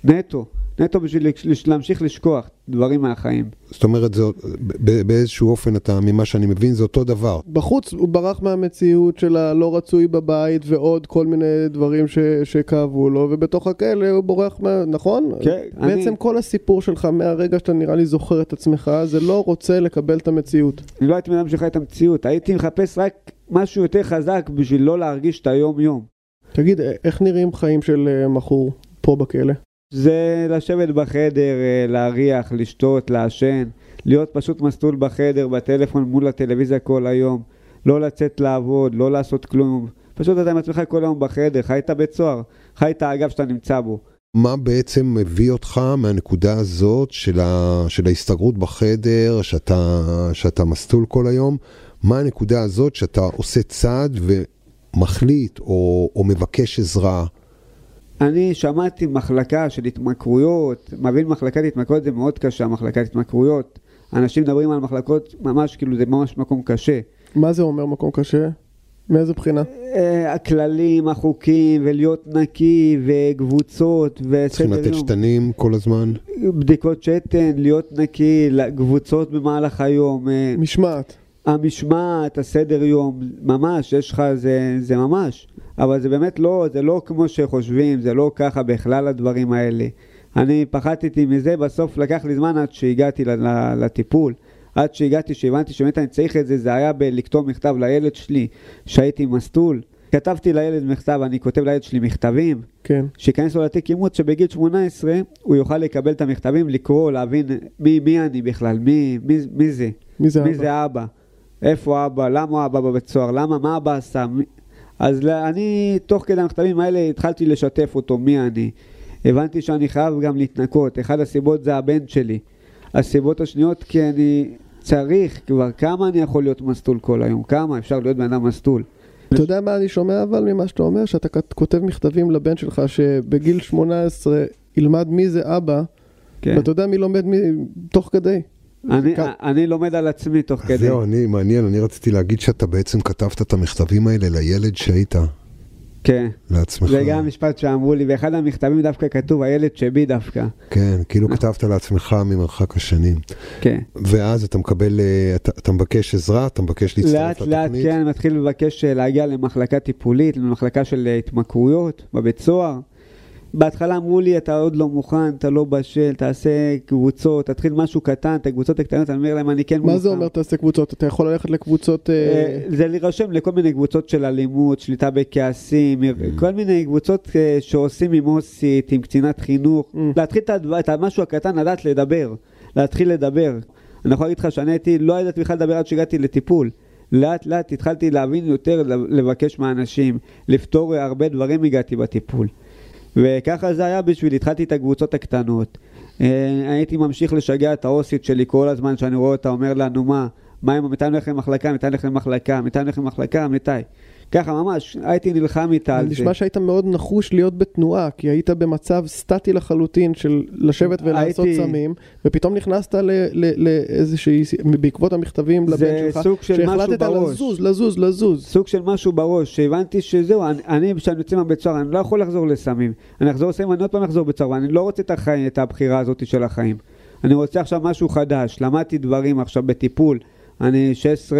נטו בשביל להמשיך לשכוח דברים מהחיים. זאת אומרת, באיזשהו אופן, ממה שאני מבין, זה אותו דבר. בחוץ הוא ברח מהמציאות של הלא רצוי בבית ועוד כל מיני דברים שכאבו לו, ובתוך הכלא הוא בורח נכון? כן. בעצם כל הסיפור שלך מהרגע שאתה נראה לי זוכר את עצמך, זה לא רוצה לקבל את המציאות. אני לא הייתי מדם שחי את המציאות, הייתי מחפש רק משהו יותר חזק בשביל לא להרגיש את היום-יום. תגיד, איך נראים חיים של מחור פה בכלא? זה לשבת בחדר, להריח, לשתות, לעשן, להיות פשוט מסלול בחדר, בטלפון מול הטלוויזיה כל היום, לא לצאת לעבוד, לא לעשות כלום, פשוט אתה עם עצמך כל היום בחדר, חי את הבית סוהר, חי את האגף שאתה נמצא בו. מה בעצם מביא אותך מהנקודה הזאת של ההסתגרות בחדר, שאתה מסלול כל היום, מה הנקודה הזאת שאתה עושה צעד ומחליט או מבקש עזרה? אני שמעתי מחלקה של התמכרויות, מבין מחלקת התמכרויות זה מאוד קשה, מחלקת התמכרויות. אנשים מדברים על מחלקות ממש, כאילו זה ממש מקום קשה. מה זה אומר מקום קשה? מאיזה בחינה? הכללים, החוקים, ולהיות נקי, וקבוצות, צריכים לתת שתנים כל הזמן. בדיקות שתן, להיות נקי, קבוצות במהלך היום. משמעת. המשמעת, הסדר יום, ממש, יש לך, זה ממש. אבל זה באמת לא, זה לא כמו שחושבים, זה לא ככה בכלל הדברים האלה. אני פחדתי מזה, בסוף לקח לי זמן עד שהגעתי לטיפול. עד שהגעתי, שהבנתי שבאמת אני צריך את זה, זה היה לכתוב מכתב לילד שלי, שהייתי מסטול. כתבתי לילד מכתב, אני כותב לילד שלי מכתבים, כן. שיכנס לו לתיק אימוץ, שבגיל 18 הוא יוכל לקבל את המכתבים, לקרוא, להבין מי אני בכלל, מי זה? מי זה אבא? איפה אבא? למה אבא בבית סוהר? מה אבא עשה? אז אני, תוך כדי המכתבים האלה, התחלתי לשתף אותו, מי אני. הבנתי שאני חייב גם להתנקות. אחד הסיבות זה הבן שלי. הסיבות השניות, כי אני צריך כבר, כמה אני יכול להיות מסטול כל היום? כמה אפשר להיות בן אדם מסטול? אתה יודע מה אני שומע אבל ממה שאתה אומר? שאתה כותב מכתבים לבן שלך שבגיל 18 ילמד מי זה אבא, כן. ואתה יודע מי לומד תוך כדי. אני לומד על עצמי תוך כדי. זהו, מעניין, אני רציתי להגיד שאתה בעצם כתבת את המכתבים האלה לילד שהיית. כן. לעצמך. זה גם משפט שאמרו לי, באחד המכתבים דווקא כתוב, הילד שבי דווקא. כן, כאילו כתבת לעצמך ממרחק השנים. כן. ואז אתה מקבל, אתה מבקש עזרה, אתה מבקש להצטרף לתוכנית. לאט, כן, אני מתחיל לבקש להגיע למחלקה טיפולית, למחלקה של התמכרויות, בבית סוהר. בהתחלה אמרו לי, אתה עוד לא מוכן, אתה לא בשל, תעשה קבוצות, תתחיל משהו קטן, את הקבוצות הקטנות, אני אומר להם, אני כן מוכן. מה זה אומר תעשה קבוצות? אתה יכול ללכת לקבוצות... זה להירשם לכל מיני קבוצות של אלימות, שליטה בכעסים, כל מיני קבוצות שעושים עם אוסית, עם קצינת חינוך. להתחיל את המשהו הקטן, לדעת לדבר, להתחיל לדבר. אני יכול להגיד לך שאני לא ידעתי בכלל לדבר עד שהגעתי לטיפול. לאט לאט התחלתי להבין יותר, לבקש מהאנשים, לפתור הרבה דברים הגעתי בטיפול. וככה זה היה בשביל, התחלתי את הקבוצות הקטנות. הייתי ממשיך לשגע את האוסית שלי כל הזמן שאני רואה אותה, אומר לנו מתי נלך למחלקה, מתי. ככה ממש, הייתי נלחם איתה על זה. נשמע שהיית מאוד נחוש להיות בתנועה, כי היית במצב סטטי לחלוטין של לשבת ולעשות סמים, ופתאום נכנסת לאיזושהי, בעקבות המכתבים לבן שלך, זה סוג של משהו בראש. לזוז. סוג של משהו בראש, שהבנתי שזהו, כשאני יוצא מהבית סוהר, אני לא יכול לחזור לסמים. אני אחזור לסמים, אני עוד פעם אחזור בית סוהר, ואני לא רוצה את הבחירה הזאת של החיים. אני רוצה עכשיו משהו חדש, למדתי דברים עכשיו בטיפול. אני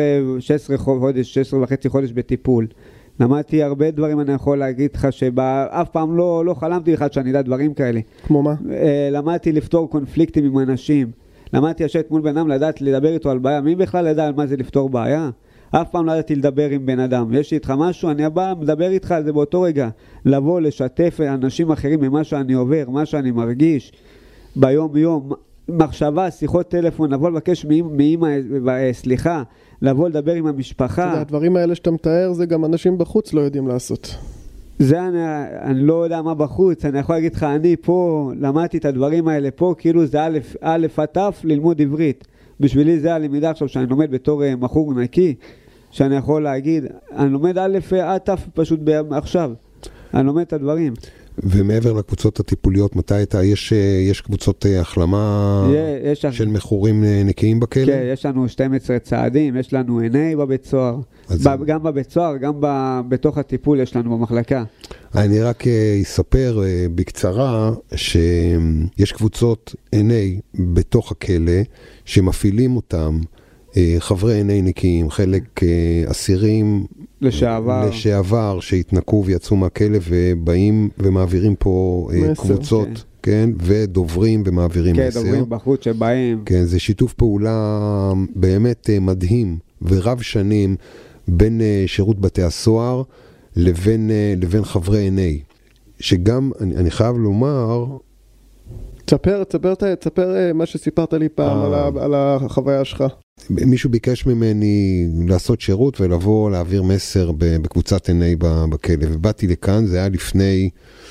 16.5 חודש בטיפול. למדתי הרבה דברים, אני יכול להגיד לך שאף פעם לא חלמתי לך שאני יודע דברים כאלה. כמו מה? למדתי לפתור קונפליקטים עם אנשים. למדתי לשבת מול בן אדם, לדעת לדבר איתו על בעיה. מי בכלל ידע על מה זה לפתור בעיה? אף פעם לא ידעתי לדבר עם בן אדם. יש לי איתך משהו, אני הבא, מדבר איתך על זה באותו רגע. לבוא, לשתף אנשים אחרים ממה שאני עובר, מה שאני מרגיש ביום יום. מחשבה, שיחות טלפון, לבוא לבקש מאמא סליחה, לבוא לדבר עם המשפחה. אתה יודע, הדברים האלה שאתה מתאר, זה גם אנשים בחוץ לא יודעים לעשות. זה אני לא יודע מה בחוץ, אני יכול להגיד לך, אני פה למדתי את הדברים האלה פה, כאילו זה א' עד ת' ללמוד עברית. בשבילי זה הלמידה עכשיו שאני לומד בתור מחור נקי, שאני יכול להגיד, אני לומד א' עד ת' פשוט עכשיו. אני לומד את הדברים. ומעבר לקבוצות הטיפוליות, מתי יש קבוצות החלמה של מכורים נקיים בכלא? כן, יש לנו 12 צעדים, יש לנו NA בבית סוהר, גם בבית סוהר, גם בתוך הטיפול יש לנו במחלקה. אני רק אספר בקצרה שיש קבוצות NA בתוך הכלא שמפעילים אותם חברי NA נקיים, חלק אסירים לשעבר שהתנקו ויצאו מהכלא ובאים ומעבירים פה קבוצות, כן, ודוברים ומעבירים מסר. כן, דוברים בחוץ שבאים. כן, זה שיתוף פעולה באמת מדהים ורב שנים בין שירות בתי הסוהר לבין חברי NA, שגם אני חייב לומר... תספר מה שסיפרת לי פעם על החוויה שלך. מישהו ביקש ממני לעשות שירות ולבוא להעביר מסר בקבוצת NA בכלא, ובאתי לכאן, זה היה לפני,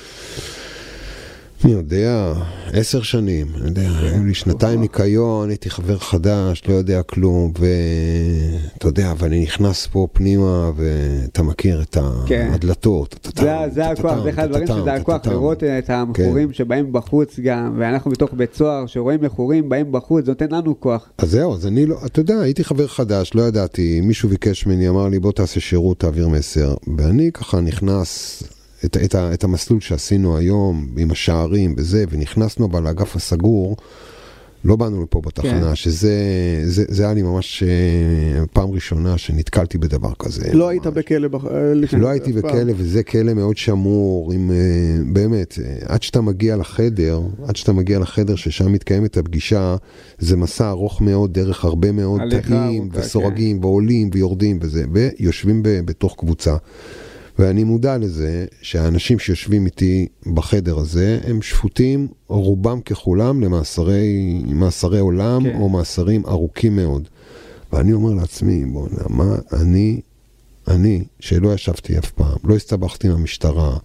אני יודע, 10 שנים, אני יודע, היו לי שנתיים ניקיון, הייתי חבר חדש, לא יודע כלום, ואתה יודע, אבל אני נכנס פה פנימה, ואתה מכיר את הדלתות. זה הכוח, זה אחד הדברים שזה הכוח, לראות את המכורים שבאים בחוץ גם, ואנחנו בתוך בית סוהר, שרואים מכורים, באים בחוץ, זה נותן לנו כוח. אז זהו, אז אני לא, אתה יודע, הייתי חבר חדש, לא ידעתי, מישהו ביקש ממני, אמר לי, בוא תעשה שירות, תעביר מסר, ואני ככה נכנס... את המסלול שעשינו היום עם השערים וזה, ונכנסנו אבל לאגף הסגור, לא באנו לפה בתחנה, שזה היה לי ממש פעם ראשונה שנתקלתי בדבר כזה. לא היית בכלא? לא הייתי בכלא, וזה כלא מאוד שמור, באמת, עד שאתה מגיע לחדר ששם מתקיימת הפגישה, זה מסע ארוך מאוד, דרך הרבה מאוד תאים וסורגים ועולים ויורדים וזה, ויושבים בתוך קבוצה. ואני מודע לזה שהאנשים שיושבים איתי בחדר הזה, הם שפוטים רובם ככולם למאסרי עולם, או מאסרים ארוכים מאוד. ואני אומר לעצמי, בוא נעמה, אני שלא ישבתי אף פעם, לא הסתבכתי עם המשטרה,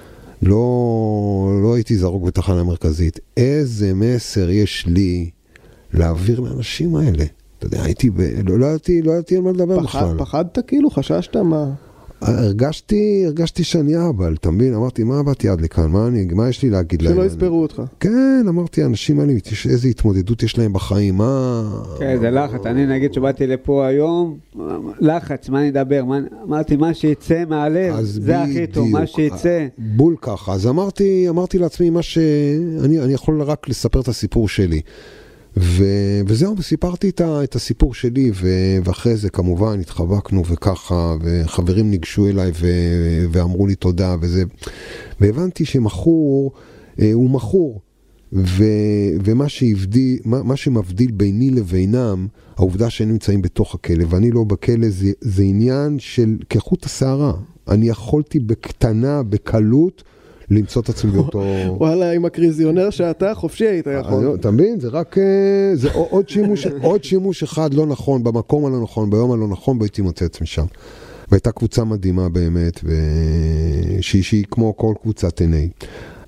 לא הייתי זרוק בתחנה מרכזית, איזה מסר יש לי להעביר לאנשים האלה? אתה יודע, לא ידעתי על מה לדבר בכלל. פחדת כאילו? חששת מה? הרגשתי שאני אבל, אתה מבין? אמרתי, מה באתי עד לכאן? מה יש לי להגיד להם? שלא יספרו אותך. כן, אמרתי, האנשים האלה, איזה התמודדות יש להם בחיים, מה... כן, זה לחץ. אני נגיד שבאתי לפה היום, לחץ, מה אני אדבר? אמרתי, מה שיצא מהלב, זה הכי טוב, מה שיצא. בול ככה. אז אמרתי לעצמי, אני יכול רק לספר את הסיפור שלי. וזהו, סיפרתי את הסיפור שלי, ואחרי זה כמובן התחבקנו וככה, וחברים ניגשו אליי ואמרו לי תודה, והבנתי שמחור הוא מחור, ומה שמבדיל ביני לבינם, העובדה שהם נמצאים בתוך הכלא, ואני לא בכלא, זה עניין של כחוט השערה. אני יכולתי בקטנה, בקלות, למצוא את עצמי באותו... וואלה, עם הקריזיונר שאתה חופשי היית יכול. אתה מבין? זה רק... זה עוד שימוש אחד לא נכון, במקום הלא נכון, ביום הלא נכון, והייתי מוצא את עצמי שם. והייתה קבוצה מדהימה באמת, שהיא כמו כל קבוצת NA.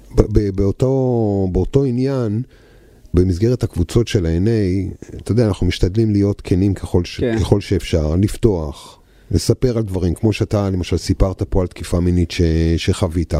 באותו עניין, במסגרת הקבוצות של ה-NA, אתה יודע, אנחנו משתדלים להיות כנים ככל שאפשר, לפתוח, לספר על דברים, כמו שאתה למשל סיפרת פה על תקיפה מינית שחווית.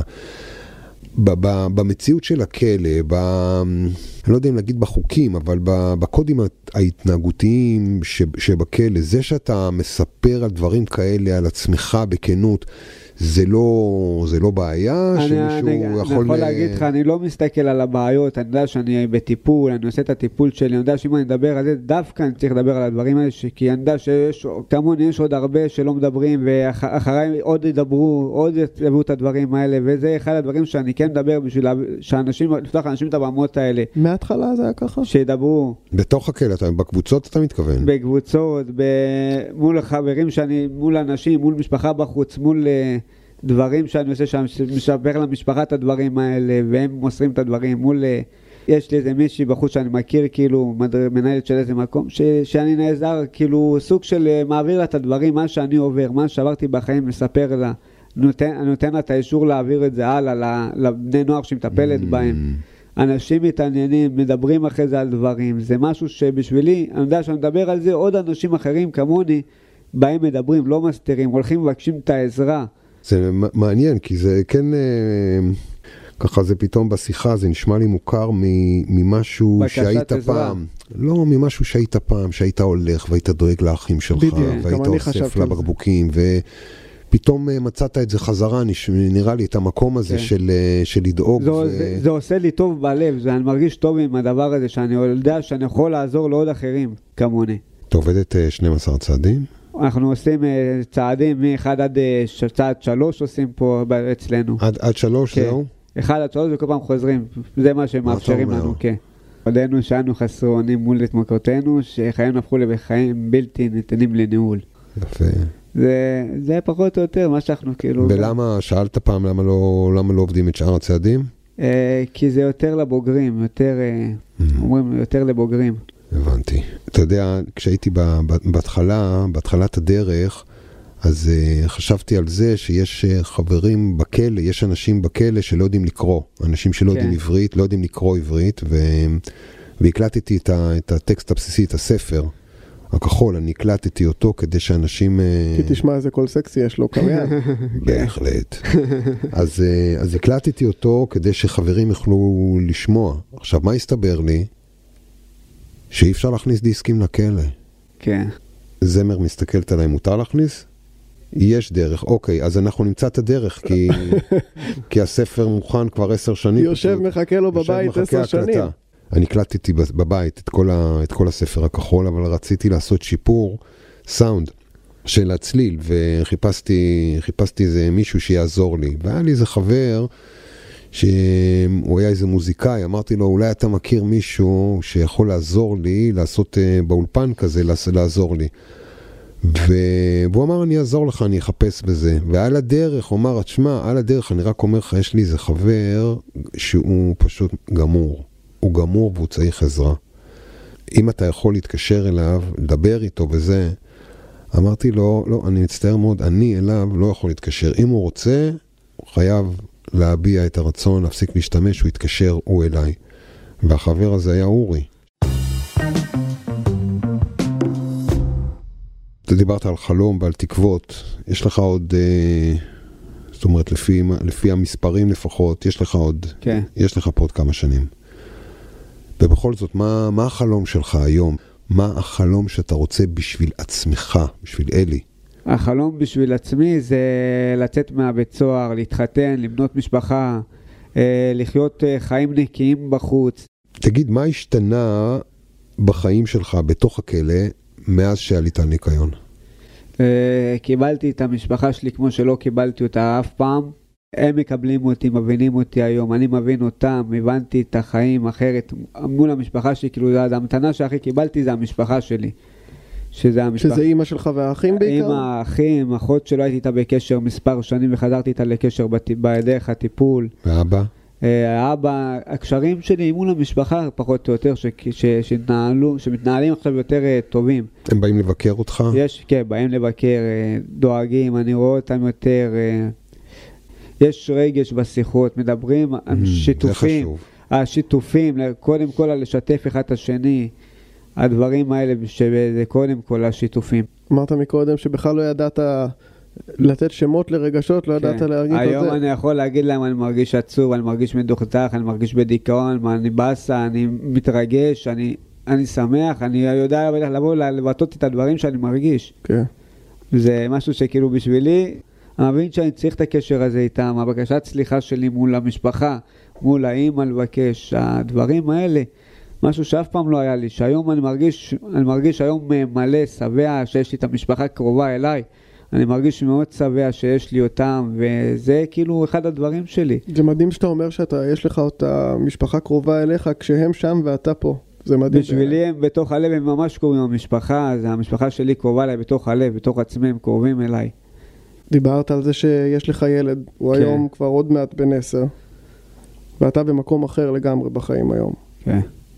במציאות של הכלא, אני לא יודע אם להגיד בחוקים, אבל בקודים ההתנהגותיים שבכלא, זה שאתה מספר על דברים כאלה, על עצמך בכנות, זה לא בעיה שמישהו יכול... אני יכול להגיד לך, אני לא מסתכל על הבעיות, אני יודע שאני בטיפול, אני עושה את הטיפול שלי, אני יודע שאם אני מדבר על זה, דווקא אני צריך לדבר על הדברים האלה, כי אני יודע כמוני יש עוד הרבה שלא מדברים, ואחריי עוד ידברו את הדברים האלה, וזה אחד הדברים שאני כן מדבר בשביל לפתוח אנשים את הבמות האלה. מההתחלה זה היה ככה? שידברו. בתוך הכלא, בקבוצות אתה מתכוון? בקבוצות, מול חברים מול אנשים, מול משפחה בחוץ, מול... דברים שאני עושה שם, משפר למשפחה את הדברים האלה, והם מוסרים את הדברים מול... יש לי איזה מישהי בחוץ שאני מכיר, כאילו, מנהלת של איזה מקום, שאני נעזר, כאילו, סוג של מעביר לה את הדברים, מה שאני עובר, מה שעברתי בחיים, מספר לה, נותן לה את האישור להעביר את זה הלאה, לבני נוער שמטפלת בהם. אנשים מתעניינים, מדברים אחרי זה על דברים, זה משהו שבשבילי, אני יודע שאני מדבר על זה, עוד אנשים אחרים כמוני, בהם מדברים, לא מסתירים, הולכים ובקשים את העזרה. זה מעניין, כי זה כן, ככה זה פתאום בשיחה, זה נשמע לי מוכר ממשהו שהיית פעם. לא, ממשהו שהיית פעם, שהיית הולך והיית דואג לאחים שלך, והיית אוסף לבקבוקים, ופתאום מצאת את זה חזרה, נראה לי את המקום הזה של לדאוג. זה עושה לי טוב בלב, אני מרגיש טוב עם הדבר הזה, שאני יודע שאני יכול לעזור לעוד אחרים כמוני. אתה עובדת 12 צעדים? אנחנו עושים צעדים מ-1 עד צעד 3 עושים פה אצלנו. עד 3 זהו? 1 עד 3 וכל פעם חוזרים, זה מה שמאפשרים לנו, כן. עודנו שאנו חסרונים מול התמכרותנו, שחיים הפכו לחיים בלתי ניתנים לניהול. יפה. זה פחות או יותר מה שאנחנו כאילו... ולמה, שאלת פעם למה לא עובדים את שאר הצעדים? כי זה יותר לבוגרים, אומרים יותר לבוגרים. הבנתי. אתה יודע, כשהייתי בהתחלת הדרך, אז חשבתי על זה שיש חברים בכלא, יש אנשים בכלא שלא יודעים לקרוא, אנשים שלא יודעים עברית, לא יודעים לקרוא עברית, והקלטתי את הטקסט הבסיסי, את הספר הכחול, אני הקלטתי אותו כדי שאנשים... כי תשמע איזה קול סקסי יש לו קריין. בהחלט. אז הקלטתי אותו כדי שחברים יוכלו לשמוע. עכשיו, מה הסתבר לי? שאי אפשר להכניס דיסקים לכלא. כן. זמר מסתכלת עליי, מותר להכניס? יש דרך. אוקיי, אז אנחנו נמצא את הדרך, כי הספר מוכן כבר 10 שנים. יושב מחכה לו בבית 10 שנים. אני הקלטתי בבית את כל הספר הכחול, אבל רציתי לעשות שיפור סאונד של הצליל, וחיפשתי איזה מישהו שיעזור לי. והיה לי איזה חבר שהוא היה איזה מוזיקאי, אמרתי לו, אולי אתה מכיר מישהו שיכול לעזור לי, לעשות באולפן כזה, לעזור לי. והוא אמר, אני אעזור לך, אני אחפש בזה. ועל הדרך, הוא אמר, תשמע, על הדרך, אני רק אומר לך, יש לי איזה חבר שהוא פשוט גמור. הוא גמור והוא צריך עזרה. אם אתה יכול להתקשר אליו, לדבר איתו בזה, אמרתי לו, לא, אני מצטער מאוד, אני אליו לא יכול להתקשר. אם הוא רוצה, הוא חייב להביע את הרצון, להפסיק להשתמש, הוא יתקשר, הוא אליי. והחבר הזה היה אורי. אתה דיברת על חלום ועל תקוות, יש לך עוד, זאת אומרת, לפי המספרים לפחות, יש לך עוד, כן. יש לך פה עוד כמה שנים. ובכל זאת, מה החלום שלך היום? מה החלום שאתה רוצה בשביל עצמך, בשביל אלי? החלום בשביל עצמי זה לצאת מהבית סוהר, להתחתן, לבנות משפחה, לחיות חיים נקיים בחוץ. תגיד, מה השתנה בחיים שלך בתוך הכלא מאז שעלית על ניקיון? קיבלתי את המשפחה שלי כמו שלא קיבלתי אותה אף פעם. הם מקבלים אותי, מבינים אותי היום, אני מבין אותם, הבנתי את החיים אחרת מול המשפחה שלי, כאילו המתנה שהכי קיבלתי זה המשפחה שלי. שזה אמא שלך והאחים בעיקר? אמא, האחים, אחות שלא הייתי איתה בקשר מספר שנים וחזרתי איתה לקשר בדרך הטיפול. ואבא? האבא, הקשרים שלי מול המשפחה פחות או יותר שמתנהלים עכשיו יותר טובים. הם באים לבקר אותך? כן, באים לבקר, דואגים, אני רואה אותם יותר, יש רגש בשיחות, מדברים, שיתופים, השיתופים, קודם כל לשתף אחד את השני, הדברים האלה שזה קודם כל השיתופים. אמרת מקודם שבכלל לא ידעת לתת שמות לרגשות, לא ידעת להרגיש את זה. היום אני יכול להגיד להם, אני מרגיש עצוב, אני מרגיש מדוכדך, אני מרגיש בדיכאון, אני בסה, אני מתרגש, אני שמח, אני יודע לבוא לבטאות את הדברים שאני מרגיש. כן. זה משהו שכאילו בשבילי, אני מבין שאני צריך את הקשר הזה איתם, הבקשת סליחה שלי מול המשפחה, מול האמא לבקש, הדברים האלה, משהו שאף פעם לא היה לי, שהיום אני מרגיש היום מלא, שבע, שיש לי את המשפחה קרובה אליי, אני מרגיש מאוד שבע שיש לי אותם, וזה כאילו אחד הדברים שלי. זה מדהים שאתה אומר שיש לך אותה משפחה קרובה אליך, כשהם שם ואתה פה. זה מדהים. בשבילי הם בתוך הלב, הם ממש קרובים המשפחה, זה המשפחה שלי קרובה אליי בתוך הלב, בתוך עצמם, הם קרובים אליי. דיברת על זה שיש לך ילד, הוא כן. היום כבר עוד מעט בן 10, ואתה במקום אחר לגמרי בחיים היום. כן.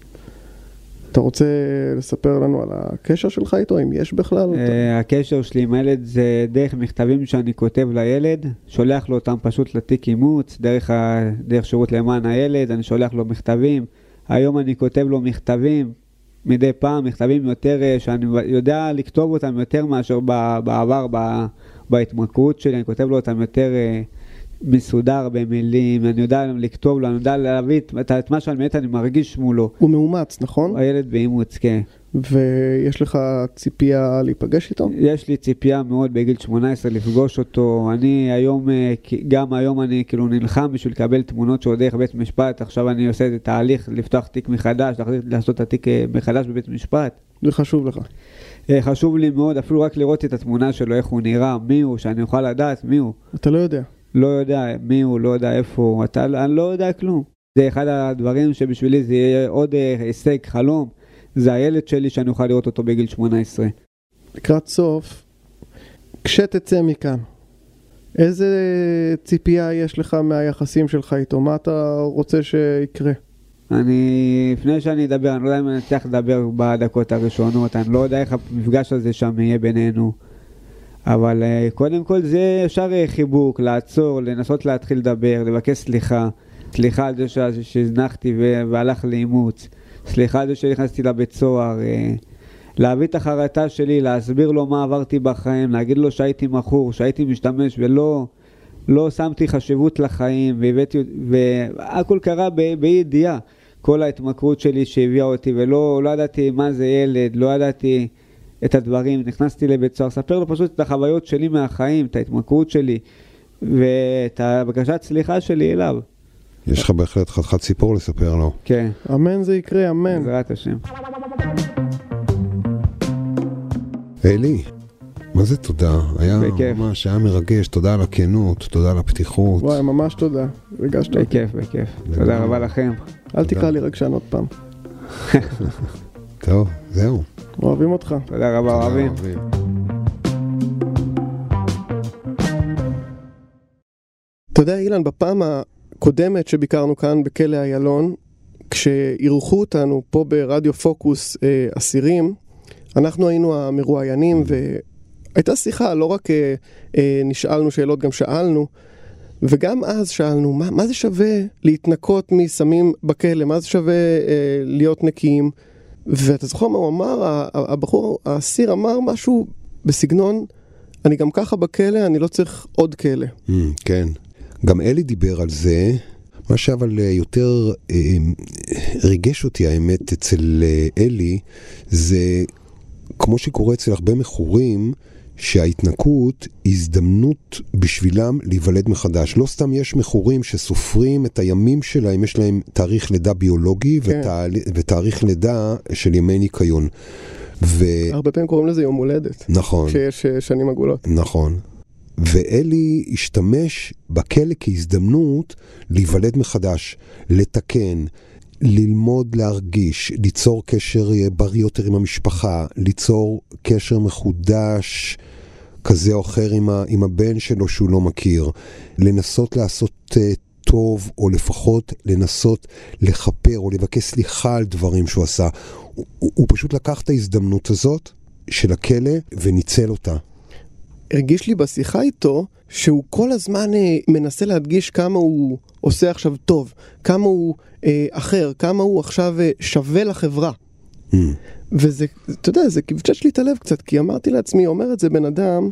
אתה רוצה לספר לנו על הקשר שלך איתו, אם יש בכלל? הקשר שלי עם הילד זה דרך מכתבים שאני כותב לילד, שולח לו אותם פשוט לתיק אימוץ, דרך שירות למען הילד, אני שולח לו מכתבים. היום אני כותב לו מכתבים, מדי פעם, מכתבים יותר, שאני יודע לכתוב אותם יותר מאשר בעבר, בהתמכרות שלי, אני כותב לו אותם יותר מסודר במילים, אני יודע לכתוב לו, אני יודע להביא את מה שאני באמת אני מרגיש מולו. הוא מאומץ, נכון? הילד באימוץ, כן. ויש לך ציפייה להיפגש איתו? יש לי ציפייה מאוד בגיל 18 לפגוש אותו. אני היום, גם היום אני כאילו נלחם בשביל לקבל תמונות שעוד דרך בית משפט. עכשיו אני עושה את התהליך לפתוח תיק מחדש, לעשות את התיק מחדש בבית משפט. זה חשוב לך? חשוב לי מאוד, אפילו רק לראות את התמונה שלו, איך הוא נראה, מי הוא, שאני אוכל לדעת מי הוא. אתה לא יודע? לא יודע מי הוא, לא יודע איפה הוא, אני לא יודע כלום. זה אחד הדברים שבשבילי זה יהיה עוד הישג, חלום. זה הילד שלי שאני אוכל לראות אותו בגיל 18. לקראת סוף, כשתצא מכאן, איזה ציפייה יש לך מהיחסים שלך איתו? מה אתה רוצה שיקרה? לפני שאני אדבר, אני לא יודע אם אני צריך לדבר בדקות הראשונות, אני לא יודע איך המפגש הזה שם יהיה בינינו. אבל קודם כל זה ישר חיבוק, לעצור, לנסות להתחיל לדבר, לבקש סליחה. סליחה על זה שהזנחתי והלך לאימוץ. סליחה על זה שנכנסתי לבית סוהר. להביא את החרטה שלי, להסביר לו מה עברתי בחיים, להגיד לו שהייתי מכור, שהייתי משתמש ולא שמתי חשיבות לחיים, והכל קרה בידיעה. כל ההתמכרות שלי שהביאה אותי, ולא ידעתי מה זה ילד, לא ידעתי את הדברים. נכנסתי לבית סוהר, ספר לו פשוט את החוויות שלי מהחיים, את ההתמכרות שלי, ואת הבקשת סליחה שלי אליו. יש לך בהחלט חתיכת סיפור לספר לו. כן. אמן זה יקרה, אמן. בעזרת השם. אלי, מה זה תודה? היה בכיף. ממש, היה מרגש, תודה על הכנות, תודה על הפתיחות. וואי, ממש תודה. רגשת אותי. בכיף. תודה רבה לכם. אל תקרא לי רגשן עוד פעם. טוב, זהו. אוהבים אותך. תודה רבה, אוהבים. אתה יודע, אילן, בפעם הקודמת שביקרנו כאן בכלא איילון, כשאירחו אותנו פה ברדיו פוקוס אסירים, אנחנו היינו המרואיינים, והייתה שיחה, לא רק נשאלנו שאלות, גם שאלנו, וגם אז שאלנו, מה זה שווה להתנקות מסמים בכלא? מה זה שווה להיות נקיים? ואתה זוכר מה הוא אמר? הבחור, האסיר אמר משהו בסגנון, אני גם ככה בכלא, אני לא צריך עוד כלא. כן. גם אלי דיבר על זה, מה שאבל יותר ריגש אותי האמת אצל אלי, זה כמו שקורה אצל הרבה מכורים, שההתנקות היא הזדמנות בשבילם להיוולד מחדש. לא סתם יש מכורים שסופרים את הימים שלהם, יש להם תאריך לידה ביולוגי ותאריך לידה של ימי ניקיון. הרבה פעמים קוראים לזה יום הולדת. נכון. כשיש שנים עגולות. נכון. ואלי השתמש בכלא כהזדמנות להיוולד מחדש, לתקן, ללמוד להרגיש, ליצור קשר בריא יותר עם המשפחה, ליצור קשר מחודש כזה או אחר עם הבן שלו שהוא לא מכיר, לנסות לעשות טוב או לפחות לנסות לחפר או לבקש סליחה על דברים שהוא עשה. הוא פשוט לקח את ההזדמנות הזאת של הכלא וניצל אותה. הרגיש לי בשיחה איתו שהוא כל הזמן מנסה להדגיש כמה הוא עושה עכשיו טוב, כמה הוא אחר, כמה הוא עכשיו שווה לחברה. וזה, אתה יודע, זה כבשש לי את הלב קצת, כי אמרתי לעצמי, אומר את זה בן אדם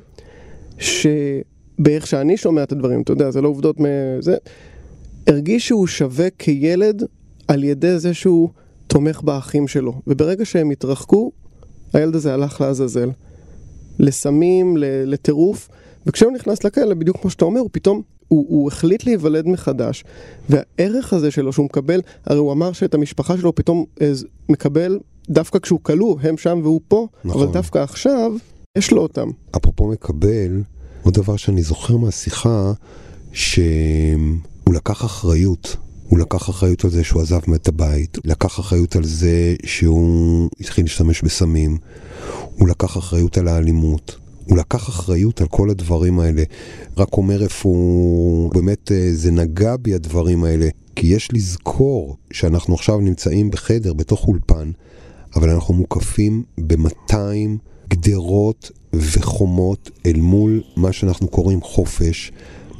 שבערך שאני שומע את הדברים, אתה יודע, זה לא עובדות מזה, הרגיש שהוא שווה כילד על ידי זה שהוא תומך באחים שלו, וברגע שהם התרחקו, הילד הזה הלך לעזאזל. לסמים, לטירוף, וכשהוא נכנס לכלא, בדיוק כמו שאתה אומר, הוא פתאום, הוא החליט להיוולד מחדש, והערך הזה שלו שהוא מקבל, הרי הוא אמר שאת המשפחה שלו פתאום מקבל, דווקא כשהוא כלוא, הם שם והוא פה, נכון. אבל דווקא עכשיו, יש לו אותם. אפרופו מקבל, עוד דבר שאני זוכר מהשיחה, שהוא לקח אחריות. הוא לקח אחריות על זה שהוא עזב את הבית, לקח אחריות על זה שהוא התחיל להשתמש בסמים, הוא לקח אחריות על האלימות, הוא לקח אחריות על כל הדברים האלה. רק אומר איפה הוא, באמת זה נגע בי הדברים האלה, כי יש לזכור שאנחנו עכשיו נמצאים בחדר, בתוך אולפן, אבל אנחנו מוקפים ב-200 גדרות וחומות אל מול מה שאנחנו קוראים חופש,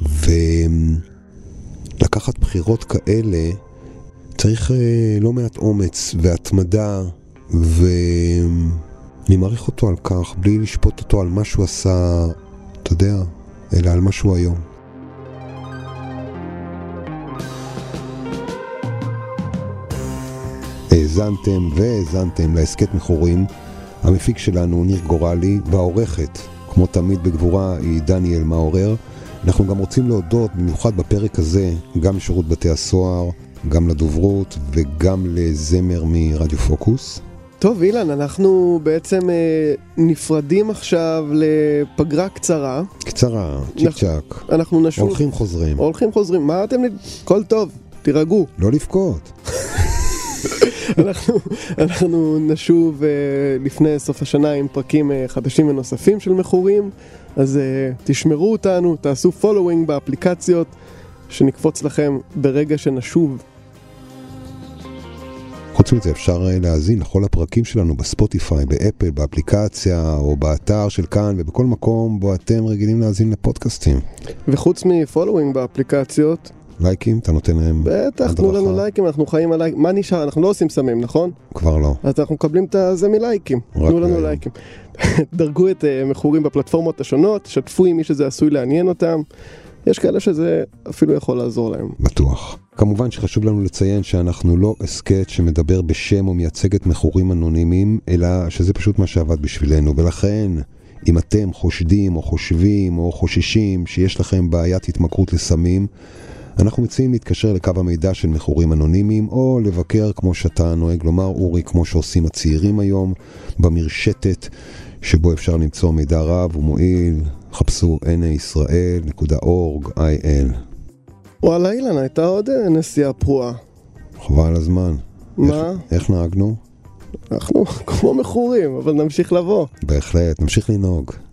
לקחת בחירות כאלה צריך לא מעט אומץ והתמדה, ואני מעריך אותו על כך בלי לשפוט אותו על מה שהוא עשה, אתה יודע, אלא על מה שהוא היום. האזנתם להסכת מכורים. המפיק שלנו ניר גורלי, והעורכת כמו תמיד בגבורה היא דניאל מעורר. אנחנו גם רוצים להודות במיוחד בפרק הזה גם לשירות בתי הסוהר, גם לדוברות וגם לזמר מרדיו פוקוס. טוב אילן, אנחנו בעצם נפרדים עכשיו לפגרה קצרה. קצרה, צ'יק צ'ק. אנחנו נשוב. הולכים חוזרים. מה אתם? כל טוב, תירגעו. לא לפקות. אנחנו נשוב לפני סוף השנה עם פרקים חדשים ונוספים של מכורים, אז תשמרו אותנו, תעשו פולווינג באפליקציות שנקפוץ לכם ברגע שנשוב. חוץ מזה אפשר להאזין לכל הפרקים שלנו בספוטיפיי, באפל, באפליקציה או באתר של כאן ובכל מקום בו אתם רגילים להאזין לפודקאסטים. וחוץ מפולווינג באפליקציות, לייקים, אתה נותן להם? בטח, תנו לנו לייקים, אנחנו חיים על לייקים. מה נשאר? אנחנו לא עושים סמים, נכון? כבר לא. אז אנחנו מקבלים את זה מלייקים. תנו לנו לייקים. דרגו את מכורים בפלטפורמות השונות, שתפו עם מי שזה עשוי לעניין אותם. יש כאלה שזה אפילו יכול לעזור להם. בטוח. כמובן שחשוב לנו לציין שאנחנו לא הסקט שמדבר בשם או מייצג את מכורים אנונימיים, אלא שזה פשוט מה שעבד בשבילנו. ולכן, אם אתם חושדים או חושבים או חוששים שיש לכם בעיית התמכרות לסמים, אנחנו מציעים להתקשר לקו המידע של מכורים אנונימיים, או לבקר, כמו שאתה נוהג לומר, אורי, כמו שעושים הצעירים היום, במרשתת, שבו אפשר למצוא מידע רב ומועיל. חפשו naisrael.org.il. וואלה אילן, הייתה עוד נסיעה פרועה. חבל על הזמן. מה? איך נהגנו? אנחנו כמו מכורים, אבל נמשיך לבוא. בהחלט, נמשיך לנהוג.